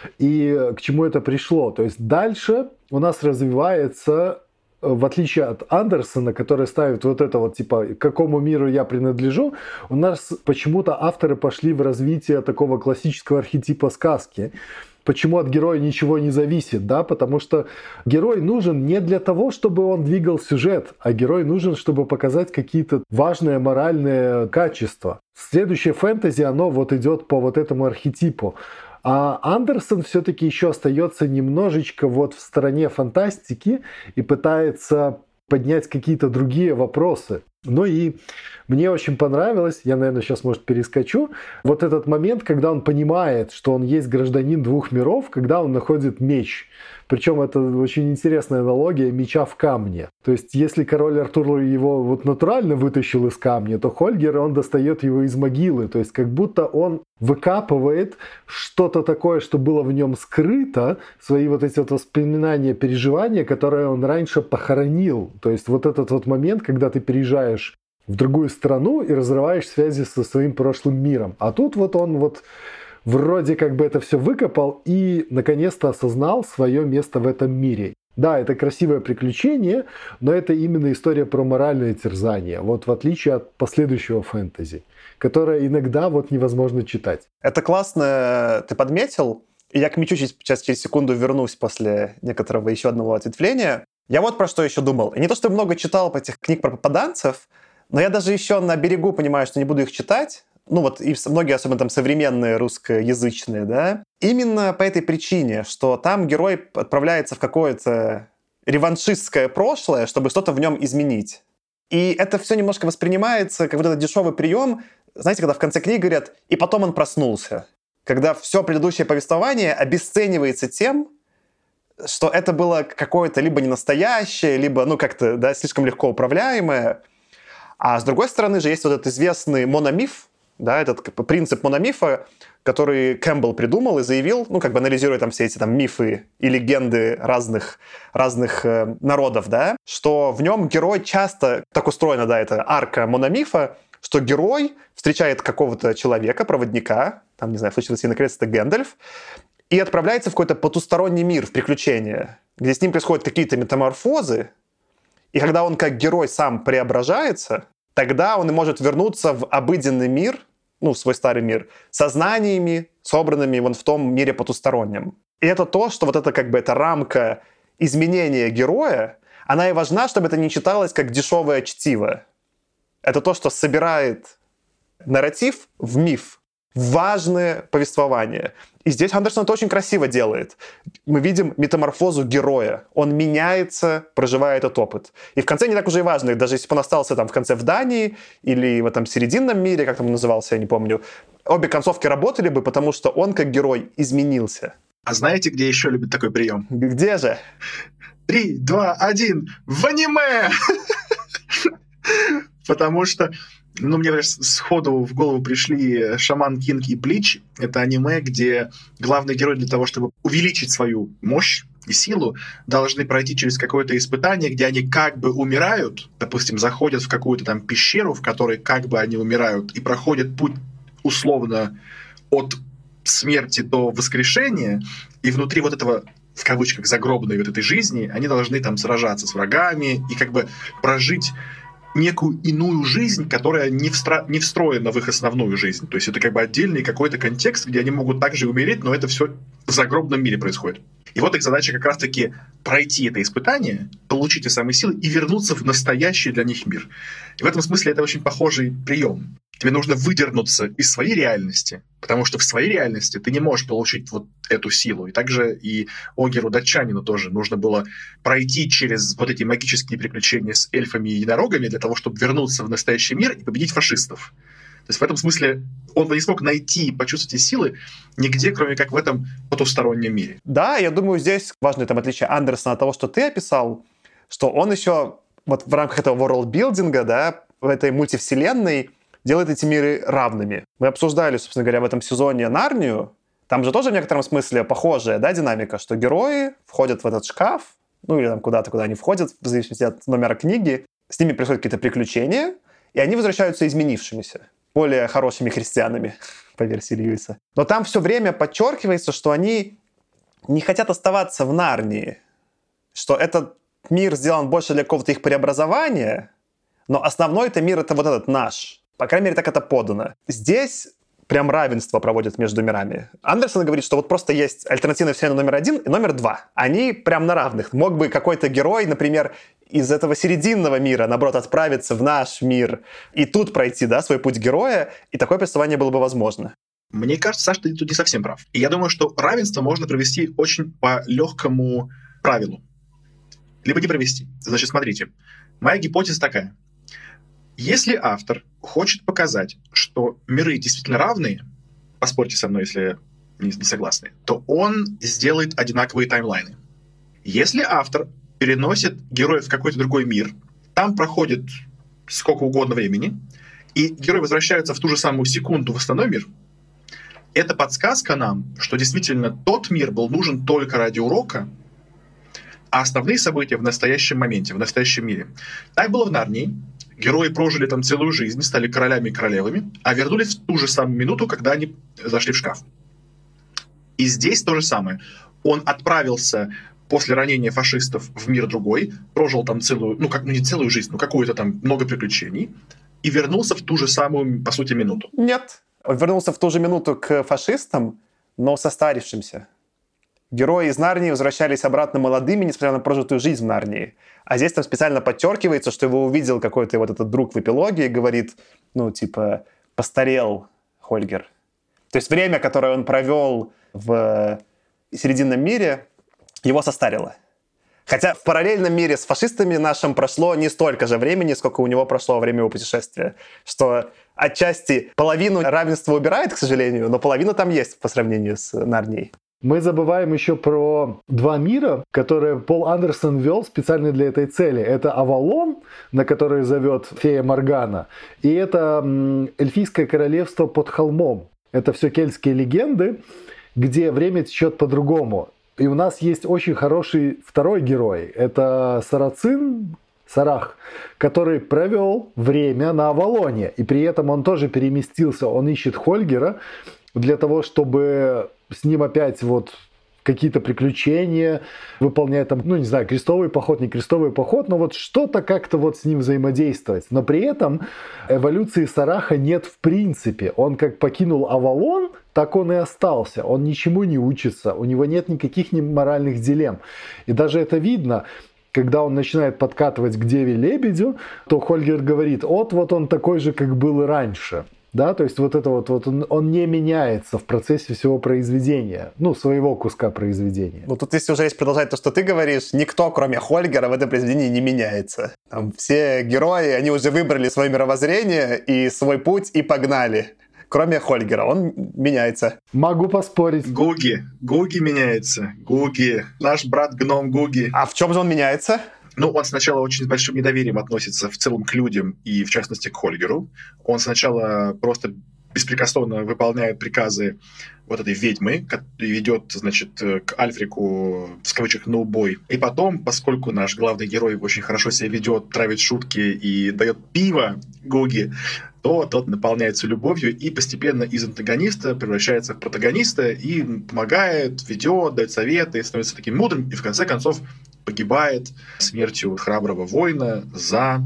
И к чему это пришло? То есть дальше у нас развивается, в отличие от Андерсона, который ставит вот это вот, типа, к какому миру я принадлежу, у нас почему-то авторы пошли в развитие такого классического архетипа сказки. Почему от героя ничего не зависит, да? Потому что герой нужен не для того, чтобы он двигал сюжет, а герой нужен, чтобы показать какие-то важные моральные качества. Следующее фэнтези, оно вот идет по вот этому архетипу. А Андерсон все-таки еще остается немножечко вот в стороне фантастики и пытается поднять какие-то другие вопросы. Ну и мне очень понравилось, я, наверное, сейчас, может, перескочу, вот этот момент, когда он понимает, что он есть гражданин двух миров, когда он находит меч. Причем это очень интересная аналогия меча в камне. То есть, если король Артур его вот натурально вытащил из камня, то Хольгер, он достает его из могилы. То есть, как будто он выкапывает что-то такое, что было в нем скрыто, свои вот эти вот воспоминания, переживания, которые он раньше похоронил. То есть, вот этот вот момент, когда ты переезжаешь в другую страну и разрываешь связи со своим прошлым миром. А тут вот он вот вроде как бы это все выкопал и наконец-то осознал свое место в этом мире. Да, это красивое приключение, но это именно история про моральное терзание, вот в отличие от последующего фэнтези, которое иногда вот невозможно читать. Это классно ты подметил, и я к мечу сейчас через секунду вернусь после некоторого еще одного ответвления. Я вот про что еще думал. Не то, что я много читал этих книг про попаданцев, но я даже еще на берегу понимаю, что не буду их читать. Ну вот и многие, особенно там современные русскоязычные, да, именно по этой причине, что там герой отправляется в какое-то реваншистское прошлое, чтобы что-то в нем изменить. И это все немножко воспринимается как вот этот дешевый прием, знаете, когда в конце книги говорят, и потом он проснулся. Когда все предыдущее повествование обесценивается тем, что это было какое-то либо ненастоящее, либо, ну, как-то, да, слишком легко управляемое. А с другой стороны же есть вот этот известный мономиф, да, этот принцип мономифа, который Кэмпбелл придумал и заявил, ну, как бы анализируя там все эти там мифы и легенды разных, разных э, народов, да, что в нем герой часто, так устроена, да, это арка мономифа, что герой встречает какого-то человека, проводника, там, не знаю, в случае с наконец это Гэндальф, и отправляется в какой-то потусторонний мир, в приключения, где с ним происходят какие-то метаморфозы, и когда он как герой сам преображается, тогда он и может вернуться в обыденный мир, ну, в свой старый мир, со знаниями, собранными вон в том мире потустороннем. И это то, что вот это как бы эта рамка изменения героя, она и важна, чтобы это не читалось как дешевое чтиво. Это то, что собирает нарратив в миф, в важное повествование. И здесь Андерсон это очень красиво делает. Мы видим метаморфозу героя. Он меняется, проживая этот опыт. И в конце не так уже и важно, даже если бы он остался там в конце в Дании или в этом серединном мире, как там назывался, я не помню, обе концовки работали бы, потому что он как герой изменился. А знаете, где еще любят такой прием? Где же? Три, два, один. В аниме! Потому что, ну, мне кажется, сходу в голову пришли «Шаман Кинг» и «Блич». Это аниме, где главный герой для того, чтобы увеличить свою мощь и силу, должны пройти через какое-то испытание, где они как бы умирают, допустим, заходят в какую-то там пещеру, в которой как бы они умирают, и проходят путь условно от смерти до воскрешения, и внутри вот этого, в кавычках, загробной вот этой жизни, они должны там сражаться с врагами и как бы прожить некую иную жизнь, которая не, встра... не встроена в их основную жизнь. То есть это как бы отдельный какой-то контекст, где они могут также умереть, но это все в загробном мире происходит. И вот их задача как раз-таки пройти это испытание, получить те самые силы и вернуться в настоящий для них мир. И в этом смысле это очень похожий прием. Тебе нужно выдернуться из своей реальности, потому что в своей реальности ты не можешь получить вот эту силу. И также и Огеру Датчанину тоже нужно было пройти через вот эти магические приключения с эльфами и единорогами для того, чтобы вернуться в настоящий мир и победить фашистов. То есть в этом смысле он бы не смог найти и почувствовать эти силы нигде, кроме как в этом потустороннем мире. Да, я думаю, здесь важное там отличие Андерсона от того, что ты описал, что он еще вот в рамках этого ворлдбилдинга, да, в этой мультивселенной делает эти миры равными. Мы обсуждали, собственно говоря, в этом сезоне Нарнию. Там же тоже в некотором смысле похожая, да, динамика, что герои входят в этот шкаф, ну или там куда-то, куда они входят, в зависимости от номера книги, с ними происходят какие-то приключения, и они возвращаются изменившимися, более хорошими христианами, по версии Льюиса. Но там все время подчеркивается, что они не хотят оставаться в Нарнии, что этот мир сделан больше для какого-то их преобразования, но основной это мир — это вот этот наш. По крайней мере, так это подано. Здесь прям равенство проводят между мирами. Андерсон говорит, что вот просто есть альтернативная вселенная номер один и номер два. Они прям на равных. Мог бы какой-то герой, например, из этого серединного мира, наоборот, отправиться в наш мир и тут пройти, да, свой путь героя, и такое повествование было бы возможно. Мне кажется, Саша, ты тут не совсем прав. И я думаю, что равенство можно провести очень по легкому правилу. Либо не провести. Значит, смотрите. Моя гипотеза такая. Если автор хочет показать, что миры действительно равные, поспорьте со мной, если не, не согласны, то он сделает одинаковые таймлайны. Если автор переносит героев в какой-то другой мир, там проходит сколько угодно времени, и герои возвращаются в ту же самую секунду в основной мир, это подсказка нам, что действительно тот мир был нужен только ради урока, а основные события в настоящем моменте, в настоящем мире. Так было в Нарнии. Герои прожили там целую жизнь, стали королями и королевами, а вернулись в ту же самую минуту, когда они зашли в шкаф. И здесь то же самое. Он отправился после ранения фашистов в мир другой, прожил там целую, ну, как, ну не целую жизнь, но какую-то там много приключений, и вернулся в ту же самую, по сути, минуту. Нет. Он вернулся в ту же минуту к фашистам, но состарившимся. Герои из Нарнии возвращались обратно молодыми, несмотря на прожитую жизнь в Нарнии. А здесь там специально подчеркивается, что его увидел какой-то вот этот друг в эпилоге и говорит, ну, типа, постарел Хольгер. То есть время, которое он провел в серединном мире, его состарило. Хотя в параллельном мире с фашистами нашим прошло не столько же времени, сколько у него прошло во время его путешествия. Что отчасти половину равенства убирает, к сожалению, но половина там есть по сравнению с Нарнией. Мы забываем еще про два мира, которые Пол Андерсон ввел специально для этой цели. Это Авалон, на который зовет фея Моргана, и это эльфийское королевство под холмом. Это все кельтские легенды, где время течет по-другому. И у нас есть очень хороший второй герой. Это Сарацин, Сарах, который провел время на Авалоне. И при этом он тоже переместился. Он ищет Хольгера для того, чтобы с ним опять вот какие-то приключения выполнять, там, ну, не знаю, крестовый поход, не крестовый поход, но вот что-то как-то вот с ним взаимодействовать. Но при этом эволюции Сараха нет в принципе. Он как покинул Авалон, так он и остался. Он ничему не учится, у него нет никаких моральных дилемм. И даже это видно, когда он начинает подкатывать к Деве-лебедю, то Хольгер говорит, вот, вот он такой же, как был и раньше. Да, то есть вот это вот, вот он, он не меняется в процессе всего произведения, ну, своего куска произведения. Ну, тут если уже есть продолжать то, что ты говоришь, никто, кроме Хольгера, в этом произведении не меняется. Там все герои, они уже выбрали свое мировоззрение и свой путь и погнали. Кроме Хольгера, он меняется. Могу поспорить. Гуги, Гуги меняется, Гуги, наш брат-гном Гуги. А в чем же он меняется? Ну, он сначала очень с большим недоверием относится в целом к людям и, в частности, к Хольгеру. Он сначала просто беспрекословно выполняет приказы вот этой ведьмы, которая ведет, значит, к Альфрику, в кавычках, на убой. И потом, поскольку наш главный герой очень хорошо себя ведет, травит шутки и дает пиво Гуги, то тот наполняется любовью и постепенно из антагониста превращается в протагониста и помогает, ведет, дает советы, становится таким мудрым и, в конце концов, погибает смертью храброго воина за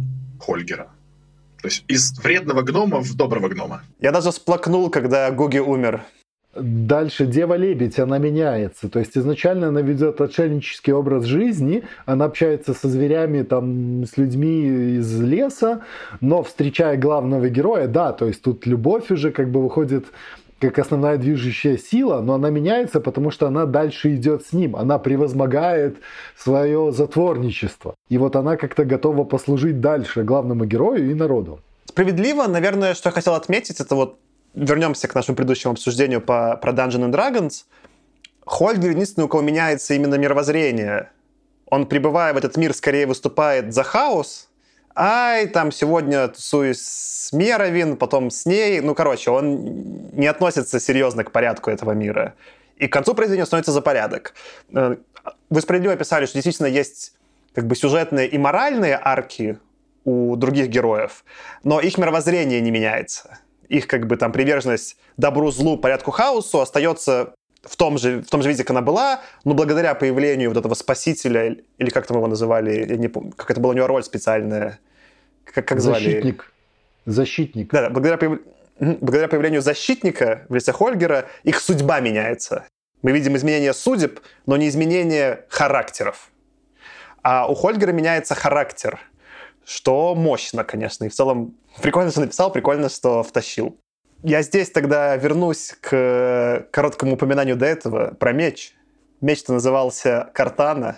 Хольгера. То есть из вредного гнома в доброго гнома. Я даже всплакнул, когда Гуги умер. Дальше Дева-лебедь, она меняется. То есть изначально она ведет отшельнический образ жизни, она общается со зверями, там, с людьми из леса, но встречая главного героя, да, то есть тут любовь уже как бы выходит как основная движущая сила, но она меняется, потому что она дальше идет с ним, она превозмогает свое затворничество. И вот она как-то готова послужить дальше главному герою и народу. Справедливо, наверное, что я хотел отметить, это вот вернемся к нашему предыдущему обсуждению по, про Dungeons and Dragons. Хольгер единственный, у кого меняется именно мировоззрение. Он, прибывая в этот мир, скорее выступает за хаос. Ай, там сегодня тусуюсь с Меровин, потом с ней. Ну, короче, он не относится серьезно к порядку этого мира. И к концу произведения становится за порядок. Вы справедливо описали, что действительно есть как бы сюжетные и моральные арки у других героев, но их мировоззрение не меняется. Их как бы там приверженность добру, злу, порядку, хаосу остается в том же, в том же виде, как она была, но благодаря появлению вот этого спасителя, или как там его называли, я не помню, как это была у него роль специальная, как, как звали? Защитник. Защитник. Да, благодаря, появ... благодаря появлению защитника в лице Хольгера их судьба меняется. Мы видим изменение судеб, но не изменение характеров. А у Хольгера меняется характер, что мощно, конечно. И в целом прикольно, что написал, прикольно, что втащил. Я здесь тогда вернусь к короткому упоминанию до этого про меч. Меч-то назывался Картана.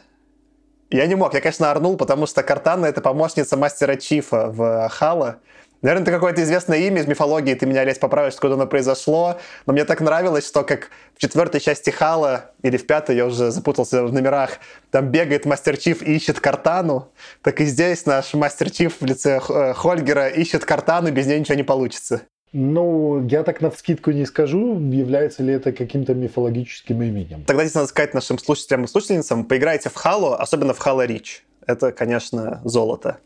Я не мог, я, конечно, орнул, потому что Картана — это помощница мастера Чифа в Хало. Наверное, это какое-то известное имя из мифологии, ты меня, Олесь, поправишь, откуда оно произошло. Но мне так нравилось, что как в четвертой части Хала, или в пятой, я уже запутался в номерах, там бегает мастер Чиф и ищет Картану, так и здесь наш мастер Чиф в лице Хольгера ищет Картану, без нее ничего не получится. Ну, я так навскидку не скажу, является ли это каким-то мифологическим именем. Тогда здесь надо сказать нашим слушателям и слушательницам, поиграйте в Halo, особенно в Halo Reach. Это, конечно, золото.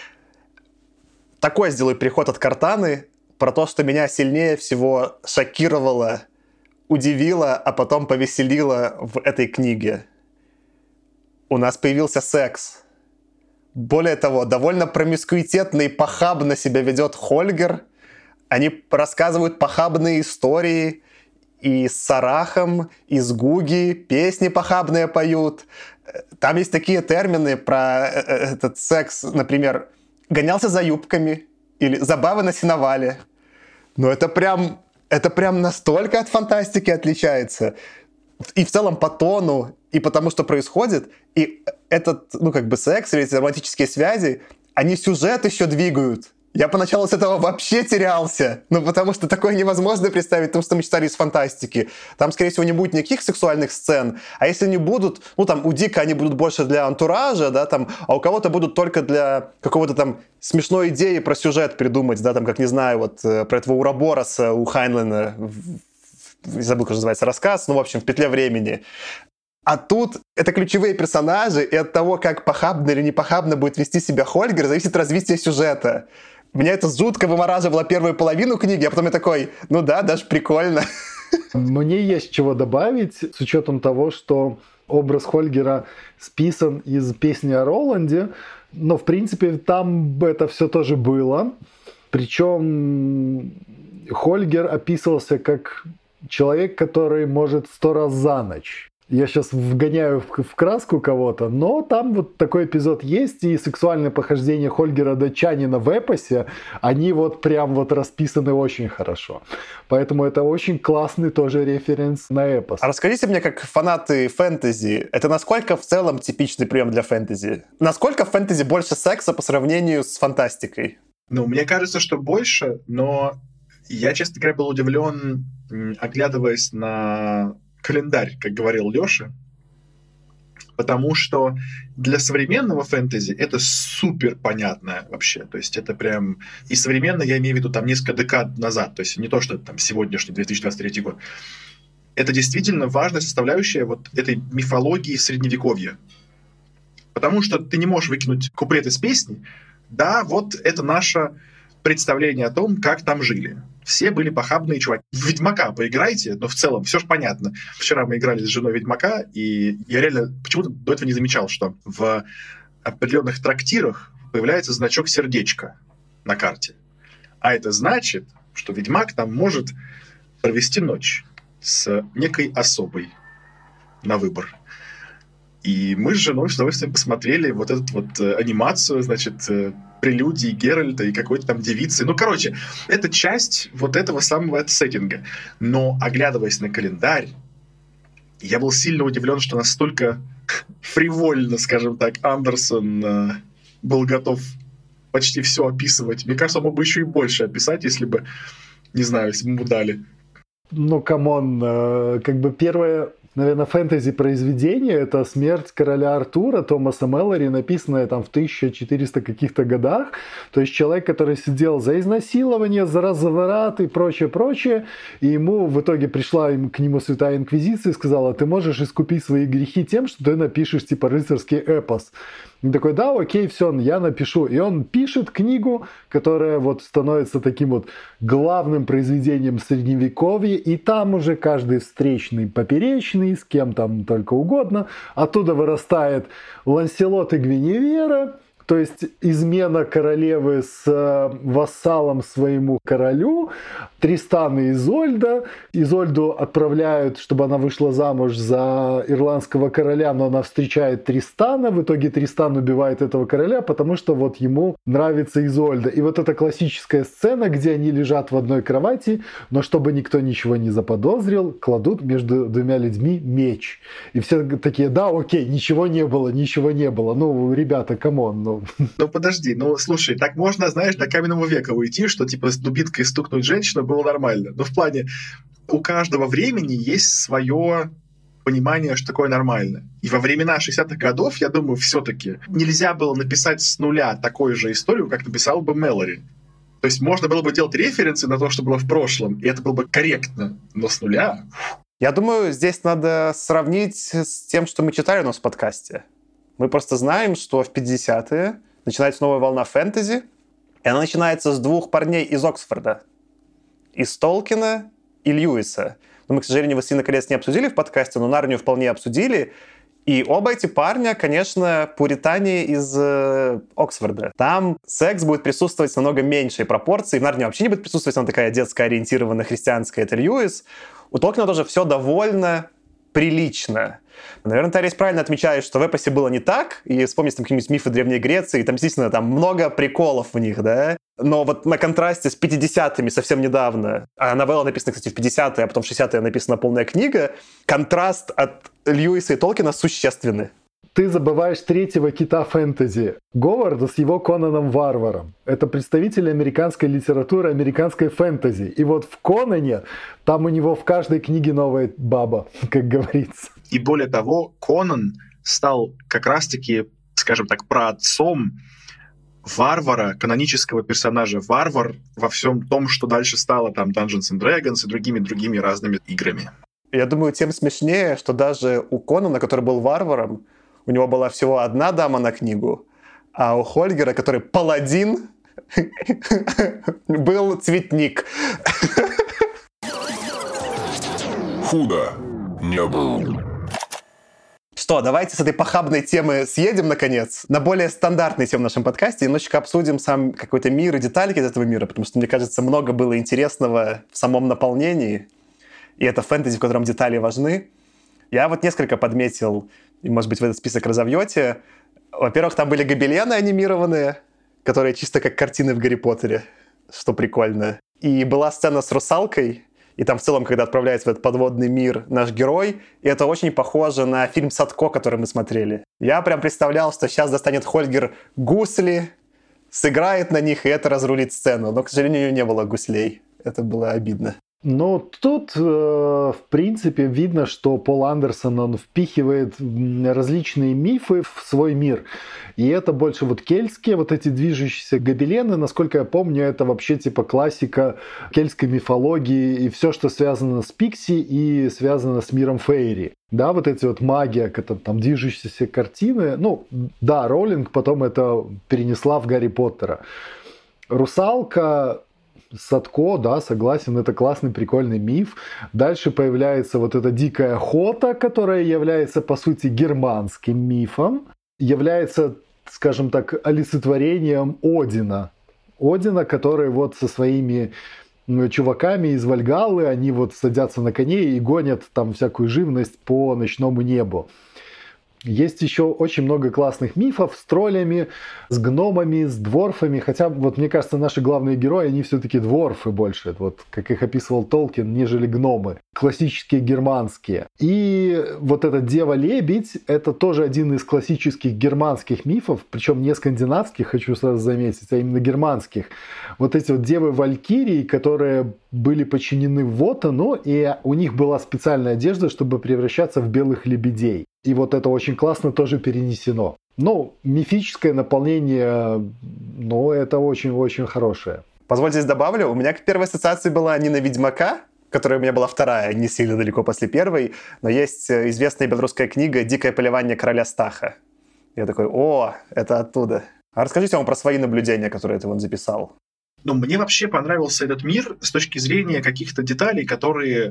Такой сделаю переход от Картаны про то, что меня сильнее всего шокировало, удивило, а потом повеселило в этой книге. У нас появился секс. Более того, довольно промискуитетно и похабно себя ведет Хольгер. Они рассказывают похабные истории и с Сарахом, и с Гуги, песни похабные поют. Там есть такие термины про этот секс, например, «гонялся за юбками» или «забавы на сеновале». Но это прям, это прям настолько от фантастики отличается. И в целом по тону, и по тому, что происходит. И этот, ну, как бы секс или эти романтические связи, они сюжет еще двигают. Я поначалу с этого вообще терялся, ну, потому что такое невозможно представить, потому что мы читали из фантастики. Там, скорее всего, не будет никаких сексуальных сцен, а если они будут, ну, там, у Дика они будут больше для антуража, да, там, а у кого-то будут только для какого-то там смешной идеи про сюжет придумать, да, там, как, не знаю, вот, про этого Урабороса у Хайнлена, забыл, как называется рассказ, ну, в общем, в «Петле времени». А тут это ключевые персонажи, и от того, как похабно или не похабно будет вести себя Хольгер, зависит развитие сюжета. Меня это жутко вымораживало первую половину книги, а потом я такой, ну да, даже прикольно. Мне есть чего добавить, с учетом того, что образ Хольгера списан из песни о Роланде, но, в принципе, там это все тоже было. Причем Хольгер описывался как человек, который может сто раз за ночь. Я сейчас вгоняю в краску кого-то, но там вот такой эпизод есть, и сексуальное похождение Хольгера датчанина в эпосе, они вот прям вот расписаны очень хорошо. Поэтому это очень классный тоже референс на эпос. А расскажите мне, как фанаты фэнтези, это насколько в целом типичный прием для фэнтези? Насколько в фэнтези больше секса по сравнению с фантастикой? Ну, мне кажется, что больше, но я, честно говоря, был удивлен, оглядываясь на календарь, как говорил Лёша, потому что для современного фэнтези это супер понятно вообще, то есть это прям, и современно я имею в виду там несколько декад назад, то есть не то, что это там сегодняшний две тысячи двадцать третий год. Это действительно важная составляющая вот этой мифологии средневековья, потому что ты не можешь выкинуть куплет из песни, да, вот это наше представление о том, как там жили. Все были похабные чуваки. В Ведьмака поиграйте, но в целом все же понятно. Вчера мы играли с женой Ведьмака, и я реально почему-то до этого не замечал, что в определенных трактирах появляется значок сердечка на карте. А это значит, что ведьмак там может провести ночь с некой особой на выбор. И мы с женой с удовольствием посмотрели вот эту вот э, анимацию, значит, э, прелюдии Геральта и какой-то там девицы. Ну, короче, это часть вот этого самого сеттинга. Но, оглядываясь на календарь, я был сильно удивлен, что настолько фривольно, скажем так, Андерсон э, был готов почти все описывать. Мне кажется, он мог бы еще и больше описать, если бы, не знаю, если бы ему дали. Ну, камон, э, как бы первое, наверное, фэнтези-произведение — это «Смерть короля Артура» Томаса Мэлори, написанное там в тысяча четырёхстах каких-то годах. То есть человек, который сидел за изнасилование, за разврат и прочее-прочее, и ему в итоге пришла к нему Святая Инквизиция и сказала: ты можешь искупить свои грехи тем, что ты напишешь типа рыцарский эпос. И такой: да, окей, все, я напишу. И он пишет книгу, которая вот становится таким вот главным произведением Средневековья, и там уже каждый встречный поперечный, с кем там только угодно. Оттуда вырастает Ланселот и Гвиневера, то есть измена королевы с вассалом своему королю, Тристан и Изольда. Изольду отправляют, чтобы она вышла замуж за ирландского короля, но она встречает Тристана. В итоге Тристан убивает этого короля, потому что вот ему нравится Изольда. И вот эта классическая сцена, где они лежат в одной кровати, но чтобы никто ничего не заподозрил, кладут между двумя людьми меч. И все такие: да, окей, ничего не было, ничего не было. Ну, ребята, камон, ну. Ну, подожди, ну, слушай, так можно, знаешь, до каменного века уйти, что, типа, с дубинкой стукнуть женщину было нормально. Но в плане, у каждого времени есть свое понимание, что такое нормально. И во времена шестидесятых годов, я думаю, все-таки нельзя было написать с нуля такую же историю, как написал бы Мэлори. То есть можно было бы делать референсы на то, что было в прошлом, и это было бы корректно. Но с нуля... Я думаю, здесь надо сравнить с тем, что мы читали у нас в подкасте. Мы просто знаем, что в пятидесятые начинается новая волна фэнтези, и она начинается с двух парней из Оксфорда. Из Толкина и Льюиса. Но мы, к сожалению, «Властелина колец» не обсудили в подкасте, но «Нарнию» вполне обсудили. И оба эти парня, конечно, пуритане из э, Оксфорда. Там секс будет присутствовать в намного меньшей пропорции. В «Нарнии» вообще не будет присутствовать, она такая детско-ориентированная, христианская. Это Льюис. У Толкина тоже все довольно прилично. Наверное, Тарис правильно отмечает, что в эпосе было не так, и вспомните там какие-нибудь мифы Древней Греции, там действительно там много приколов в них, да? Но вот на контрасте с пятидесятыми совсем недавно, а новелла написана, кстати, в пятидесятые, а потом в шестидесятые написана полная книга, контраст от Льюиса и Толкина существенный. Ты забываешь третьего кита фэнтези, Говарда с его Конаном Варваром. Это представитель американской литературы, американской фэнтези. И вот в Конане, там у него в каждой книге новая баба, как говорится. И более того, Конан стал как раз-таки, скажем так, праотцом Варвара, канонического персонажа Варвар во всем том, что дальше стало там Dungeons and Dragons и другими-другими разными играми. Я думаю, тем смешнее, что даже у Конана, который был варваром, у него была всего одна дама на книгу, а у Хольгера, который паладин, был цветник. Худо не было. Что, давайте с этой похабной темы съедем, наконец, на более стандартные темы в нашем подкасте и немножечко обсудим сам какой-то мир и детальки из этого мира, потому что, мне кажется, много было интересного в самом наполнении, и это фэнтези, в котором детали важны. Я вот несколько подметил, и, может быть, вы этот список разовьете. Во-первых, там были гобелены анимированные, которые чисто как картины в Гарри Поттере, что прикольно. И была сцена с русалкой, и там в целом, когда отправляется в этот подводный мир наш герой, и это очень похоже на фильм «Садко», который мы смотрели. Я прям представлял, что сейчас достанет Хольгер гусли, сыграет на них, и это разрулит сцену. Но, к сожалению, у нее не было гуслей. Это было обидно. Ну, тут, э, в принципе, видно, что Пол Андерсон, он впихивает различные мифы в свой мир. И это больше вот кельтские, вот эти движущиеся гобелены. Насколько я помню, это вообще типа классика кельтской мифологии и все, что связано с Пикси и связано с миром Фейри. Да, вот эти вот магия, там движущиеся картины. Ну, да, Роулинг потом это перенесла в Гарри Поттера. Русалка... Садко, да, согласен, это классный, прикольный миф. Дальше появляется вот эта дикая охота, которая является, по сути, германским мифом. Является скажем так, олицетворением Одина. Одина, который вот со своими чуваками из Вальгаллы, они вот садятся на коней и гонят там всякую живность по ночному небу. Есть еще очень много классных мифов с троллями, с гномами, с дворфами. Хотя, вот мне кажется, наши главные герои, они все-таки дворфы больше, вот как их описывал Толкин, нежели гномы. Классические германские. И вот эта Дева-лебедь, это тоже один из классических германских мифов, причем не скандинавских, хочу сразу заметить, а именно германских. Вот эти вот девы-валькирии, которые были подчинены Вотану, и у них была специальная одежда, чтобы превращаться в белых лебедей. И вот это очень классно тоже перенесено. Ну, мифическое наполнение, ну, это очень-очень хорошее. Позвольте здесь добавлю, у меня первая ассоциация была не на Ведьмака, которая у меня была вторая, не сильно далеко после первой, но есть известная белорусская книга «Дикое полевание короля Стаха». Я такой, о, это оттуда. А расскажите вам про свои наблюдения, которые ты вон записал. Ну, мне вообще понравился этот мир с точки зрения каких-то деталей, которые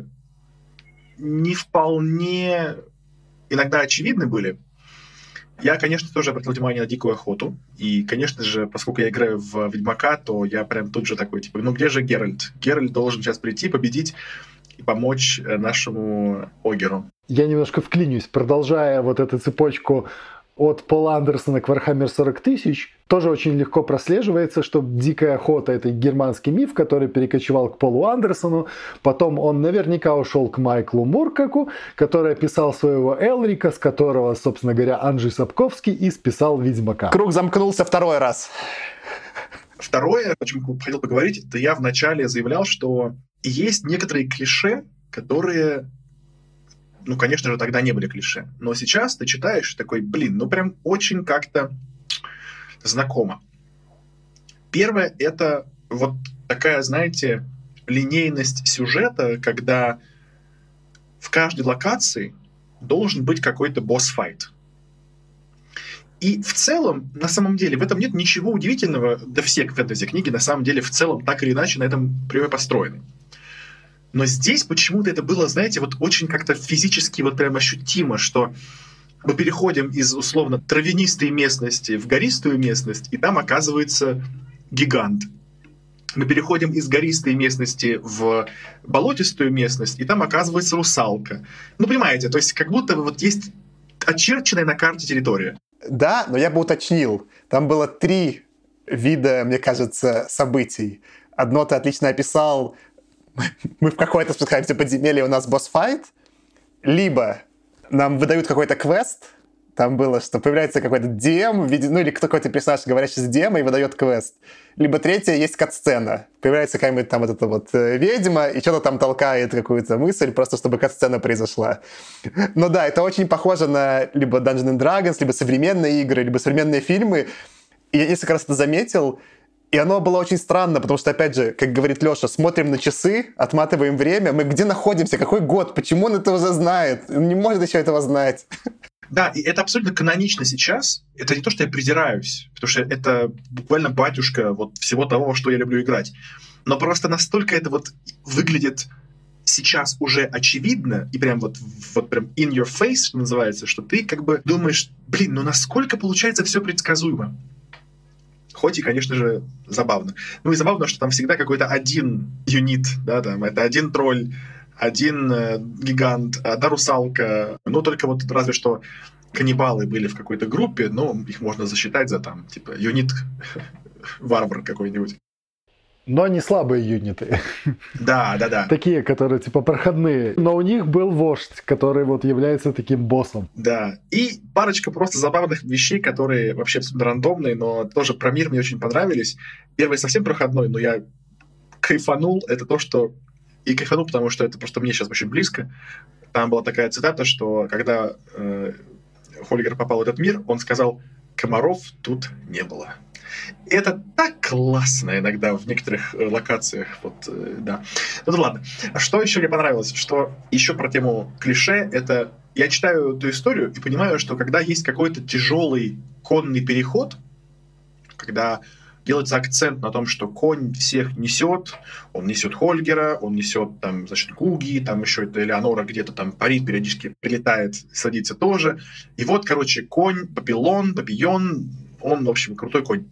не вполне иногда очевидны были. Я, конечно, тоже обратил внимание на дикую охоту. И, конечно же, поскольку я играю в Ведьмака, то я прям тут же такой, типа, ну где же Геральт? Геральт должен сейчас прийти, победить и помочь нашему Огеру. Я немножко вклинюсь, продолжая вот эту цепочку от Пола Андерсона к Warhammer сорок тысяч, тоже очень легко прослеживается, что «Дикая охота» — это германский миф, который перекочевал к Полу Андерсону. Потом он наверняка ушел к Майклу Муркаку, который описал своего Элрика, с которого, собственно говоря, Анджей Сапковский и списал «Ведьмака». Круг замкнулся второй раз. Второе, о чем я хотел поговорить, это я вначале заявлял, что есть некоторые клише, которые... Ну, конечно же, тогда не были клише. Но сейчас ты читаешь такой, блин, ну прям очень как-то знакомо. Первое — это вот такая, знаете, линейность сюжета, когда в каждой локации должен быть какой-то босс-файт. И в целом, на самом деле, в этом нет ничего удивительного. Да все фэнтези-книги, на самом деле, в целом, так или иначе, на этом приеме построены. Но здесь почему-то это было, знаете, вот очень как-то физически вот прям ощутимо, что мы переходим из, условно, травянистой местности в гористую местность, и там оказывается гигант. Мы переходим из гористой местности в болотистую местность, и там оказывается русалка. Ну, понимаете, то есть как будто вот есть очерченная на карте территория. Да, но я бы уточнил. Там было три вида, мне кажется, событий. Одно ты отлично описал. Мы в какое-то спускаемся подземелье, у нас босс-файт. Либо нам выдают какой-то квест. Там было, что появляется какой-то ди эм, ну или какой-то персонаж, говорящий с ди эм, и выдает квест. Либо третье, есть кат-сцена. Появляется какая-нибудь там вот эта вот ведьма, и что-то там толкает какую-то мысль, просто чтобы кат-сцена произошла. Но да, это очень похоже на либо Dungeons and Dragons, либо современные игры, либо современные фильмы. И я несколько раз это заметил, и оно было очень странно, потому что, опять же, как говорит Леша, смотрим на часы, отматываем время, мы где находимся, какой год, почему он это уже знает? Он не может еще этого знать. Да, и это абсолютно канонично сейчас. Это не то, что я придираюсь, потому что это буквально батюшка вот всего того, что я люблю играть. Но просто настолько это вот выглядит сейчас уже очевидно, и прям вот, вот прям in your face, что называется, что ты как бы думаешь, блин, ну насколько получается все предсказуемо. Хоть и, конечно же, забавно. Ну и забавно, что там всегда какой-то один юнит, да, там это один тролль, один э, гигант, одна русалка. Ну, только вот разве что каннибалы были в какой-то группе, но их можно засчитать за там, типа, юнит-варвар какой-нибудь. Но не слабые юниты. Да, да, да. Такие, которые типа проходные. Но у них был вождь, который вот является таким боссом. Да. И парочка просто забавных вещей, которые вообще абсолютно рандомные, но тоже про мир мне очень понравились. Первый совсем проходной, но я кайфанул. Это то, что... И кайфанул, потому что это просто мне сейчас очень близко. Там была такая цитата, что когда э, Хольгер попал в этот мир, он сказал: «Комаров тут не было». Это так классно иногда в некоторых э, локациях. Вот, э, да. Ну ладно. А что еще мне понравилось? Что еще про тему клише, это я читаю эту историю и понимаю, что когда есть какой-то тяжелый конный переход, когда делается акцент на том, что конь всех несет, он несет Хольгера, он несет там, значит, Гуги, там еще это Элеонора где-то там парит, периодически прилетает, садится тоже. И вот, короче, конь, Папилон, Папион, Он, в общем, крутой конь.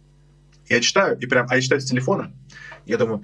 Я читаю, и прям, а я читаю с телефона, я думаю,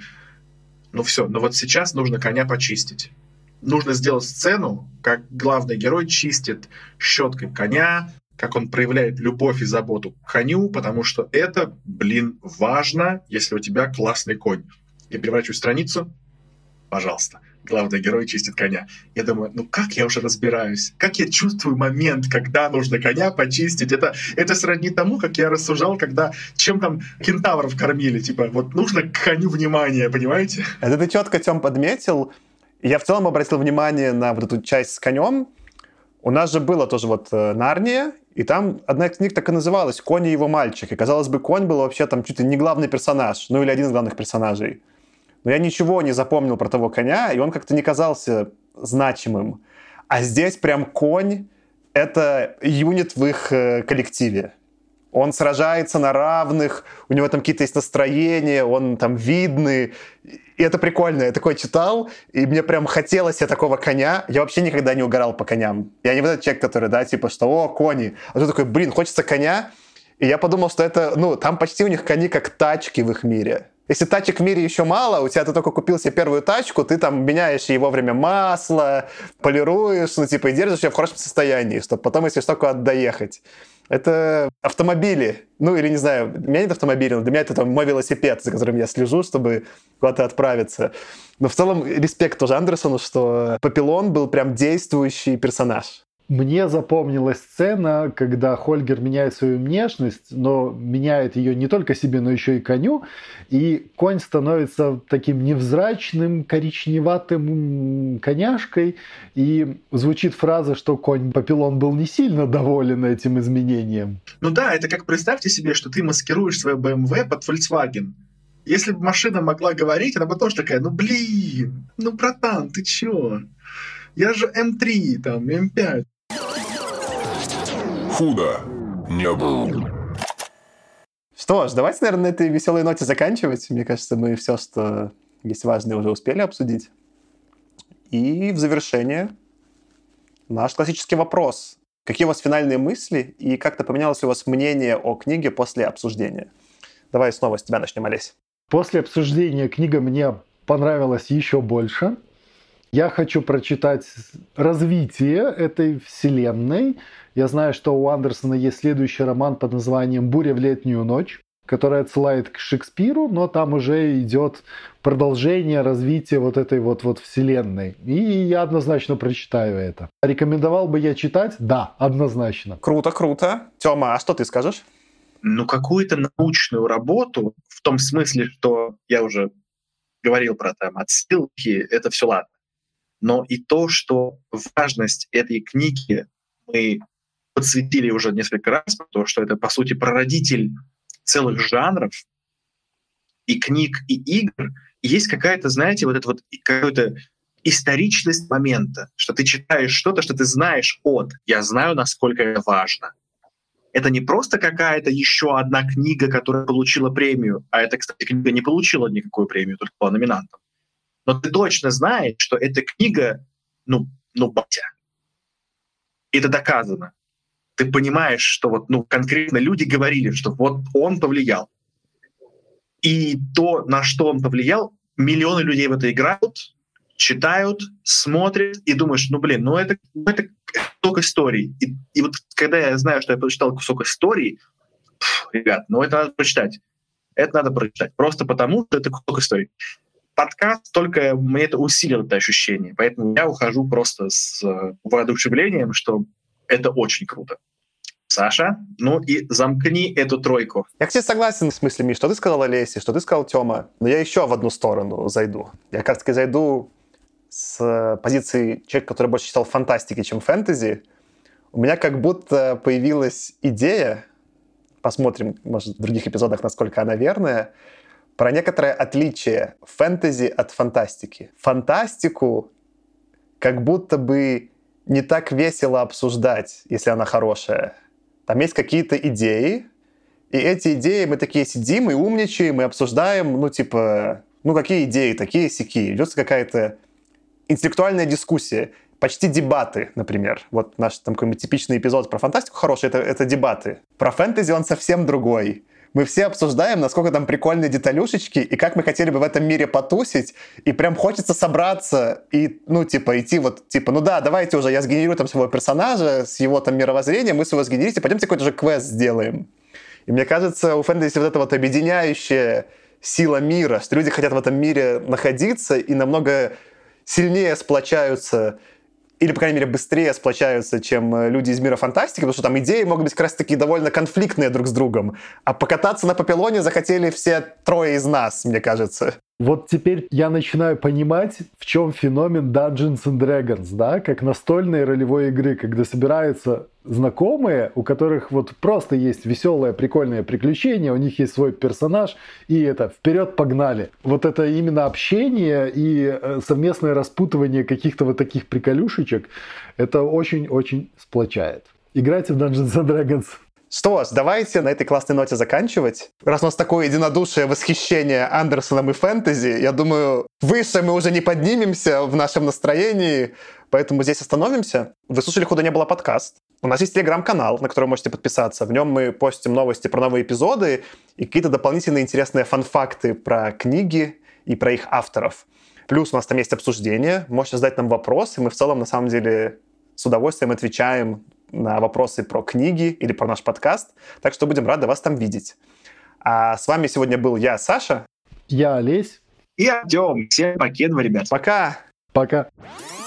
ну все, но вот сейчас нужно коня почистить. Нужно сделать сцену, как главный герой чистит щеткой коня, как он проявляет любовь и заботу к коню, потому что это, блин, важно, если у тебя классный конь. Я переворачиваю страницу, пожалуйста, главный герой чистит коня. Я думаю, ну как я уже разбираюсь? Как я чувствую момент, когда нужно коня почистить? Это, это сродни тому, как я рассуждал, когда чем там кентавров кормили. Типа, вот нужно к коню внимание, понимаете? Это ты четко, Тём, подметил. Я в целом обратил внимание на вот эту часть с конем. У нас же было тоже вот Нарния, и там одна из книг так и называлась «Конь и его мальчик». И, казалось бы, конь был вообще там чуть ли не главный персонаж, ну или один из главных персонажей. Но я ничего не запомнил про того коня, и он как-то не казался значимым. А здесь прям конь — это юнит в их коллективе. Он сражается на равных, у него там какие-то есть настроения, он там видный. И это прикольно. Я такое читал, и мне прям хотелось себе такого коня. Я вообще никогда не угорал по коням. Я не вот этот человек, который, да, типа, что «О, кони». А тут такой, блин, хочется коня. И я подумал, что это, ну, там почти у них кони как тачки в их мире. Если тачек в мире еще мало, у тебя ты только купил себе первую тачку, ты там меняешь ей вовремя масло, полируешь, ну, типа, и держишь ее в хорошем состоянии, чтобы потом, если что, куда-то доехать. Это автомобили. Ну, или, не знаю, для меня нет автомобиля, но для меня это там мой велосипед, за которым я слежу, чтобы куда-то отправиться. Но в целом респект тоже Андерсону, что Папилон был прям действующий персонаж. Мне запомнилась сцена, когда Хольгер меняет свою внешность, но меняет ее не только себе, но еще и коню, и конь становится таким невзрачным, коричневатым коняшкой, и звучит фраза, что конь Папилон был не сильно доволен этим изменением. Ну да, это как представьте себе, что ты маскируешь свою бэ эм вэ под Volkswagen. Если бы машина могла говорить, она бы тоже такая, ну блин, ну братан, ты чё? Я же эм три, там, эм пять. Худо не было. Что ж, давайте, наверное, на этой веселой ноте заканчивать. Мне кажется, мы все, что есть важное, уже успели обсудить. И в завершение наш классический вопрос. Какие у вас финальные мысли и как-то поменялось ли у вас мнение о книге после обсуждения? Давай снова с тебя начнем, Олесь. После обсуждения книга мне понравилась еще больше. Я хочу прочитать развитие этой вселенной. Я знаю, что у Андерсона есть следующий роман под названием «Буря в летнюю ночь», который отсылает к Шекспиру, но там уже идет продолжение развития вот этой вот, вот вселенной. И я однозначно прочитаю это. Рекомендовал бы я читать? Да, однозначно. Круто, круто. Тёма, а что ты скажешь? Ну, какую-то научную работу, в том смысле, что я уже говорил про там отсылки, это все ладно. Но и то, что важность этой книги мы подсветили уже несколько раз, то, что это, по сути, прародитель целых жанров и книг, и игр. И есть какая-то, знаете, вот эта вот какая-то историчность момента, что ты читаешь что-то, что ты знаешь от. Я знаю, насколько это важно. Это не просто какая-то еще одна книга, которая получила премию, а эта, кстати, книга не получила никакую премию, только была номинантом. Но ты точно знаешь, что эта книга, ну, ну, батя. Это доказано. Ты понимаешь, что вот, ну, конкретно люди говорили, что вот он повлиял. И то, на что он повлиял, миллионы людей в это играют, читают, смотрят, и думаешь, ну, блин, ну, это, ну, это кусок истории. И, и вот когда я знаю, что я прочитал кусок истории, пф, ребят, ну, это надо прочитать. Это надо прочитать. Просто потому, что это кусок истории. Подкаст только мне это усилило, это ощущение. Поэтому я ухожу просто с воодушевлением, что это очень круто. Саша, ну и замкни эту тройку. Я, кстати, согласен с мыслями, что ты сказал, Олеся, что ты сказал, Тёма. Но я еще в одну сторону зайду. Я как раз-таки зайду с позиции человека, который больше читал фантастики, чем фэнтези. У меня как будто появилась идея, посмотрим, может, в других эпизодах, насколько она верная, про некоторое отличие фэнтези от фантастики. Фантастику как будто бы не так весело обсуждать, если она хорошая. Там есть какие-то идеи, и эти идеи мы такие сидим и умничаем, и обсуждаем, ну, типа, ну, какие идеи, такие сяки. Идет какая-то интеллектуальная дискуссия. почти дебаты, например. Вот наш там какой-нибудь типичный эпизод про фантастику хороший, это, это дебаты. Про фэнтези он совсем другой. Мы все обсуждаем, насколько там прикольные деталюшечки, и как мы хотели бы в этом мире потусить, и прям хочется собраться и, ну, типа, идти вот, типа, ну да, давайте уже я сгенерирую там своего персонажа с его там мировоззрением, мы своего сгенерите, пойдемте какой-то же квест сделаем. И мне кажется, у фэнтези вот эта вот объединяющая сила мира, что люди хотят в этом мире находиться и намного сильнее сплочаются, или, по крайней мере, быстрее сплочаются, чем люди из мира фантастики, потому что там идеи могут быть как раз-таки довольно конфликтные друг с другом. А покататься на Папилоне захотели все трое из нас, мне кажется. Вот теперь я начинаю понимать, в чем феномен Dungeons and Dragons, да, как настольной ролевой игры, когда собираются знакомые, у которых вот просто есть веселое, прикольное приключение, у них есть свой персонаж, и это вперед погнали. Вот это именно общение и совместное распутывание каких-то вот таких приколюшечек, это очень-очень сплочает. Играйте в Dungeons and Dragons. Что ж, давайте на этой классной ноте заканчивать. Раз у нас такое единодушие, восхищение Андерсоном и фэнтези, я думаю, выше мы уже не поднимемся в нашем настроении, поэтому здесь остановимся. Вы слушали «Худо не было» подкаст. У нас есть телеграм-канал, на который вы можете подписаться. В нем мы постим новости про новые эпизоды и какие-то дополнительные интересные фан-факты про книги и про их авторов. Плюс у нас там есть обсуждение. Можете задать нам вопросы. Мы в целом, на самом деле, с удовольствием отвечаем на вопросы про книги или про наш подкаст. Так что будем рады вас там видеть. А с вами сегодня был я, Саша. Я, Олесь. И Артем. Всем покедова, ребят. Пока. Пока.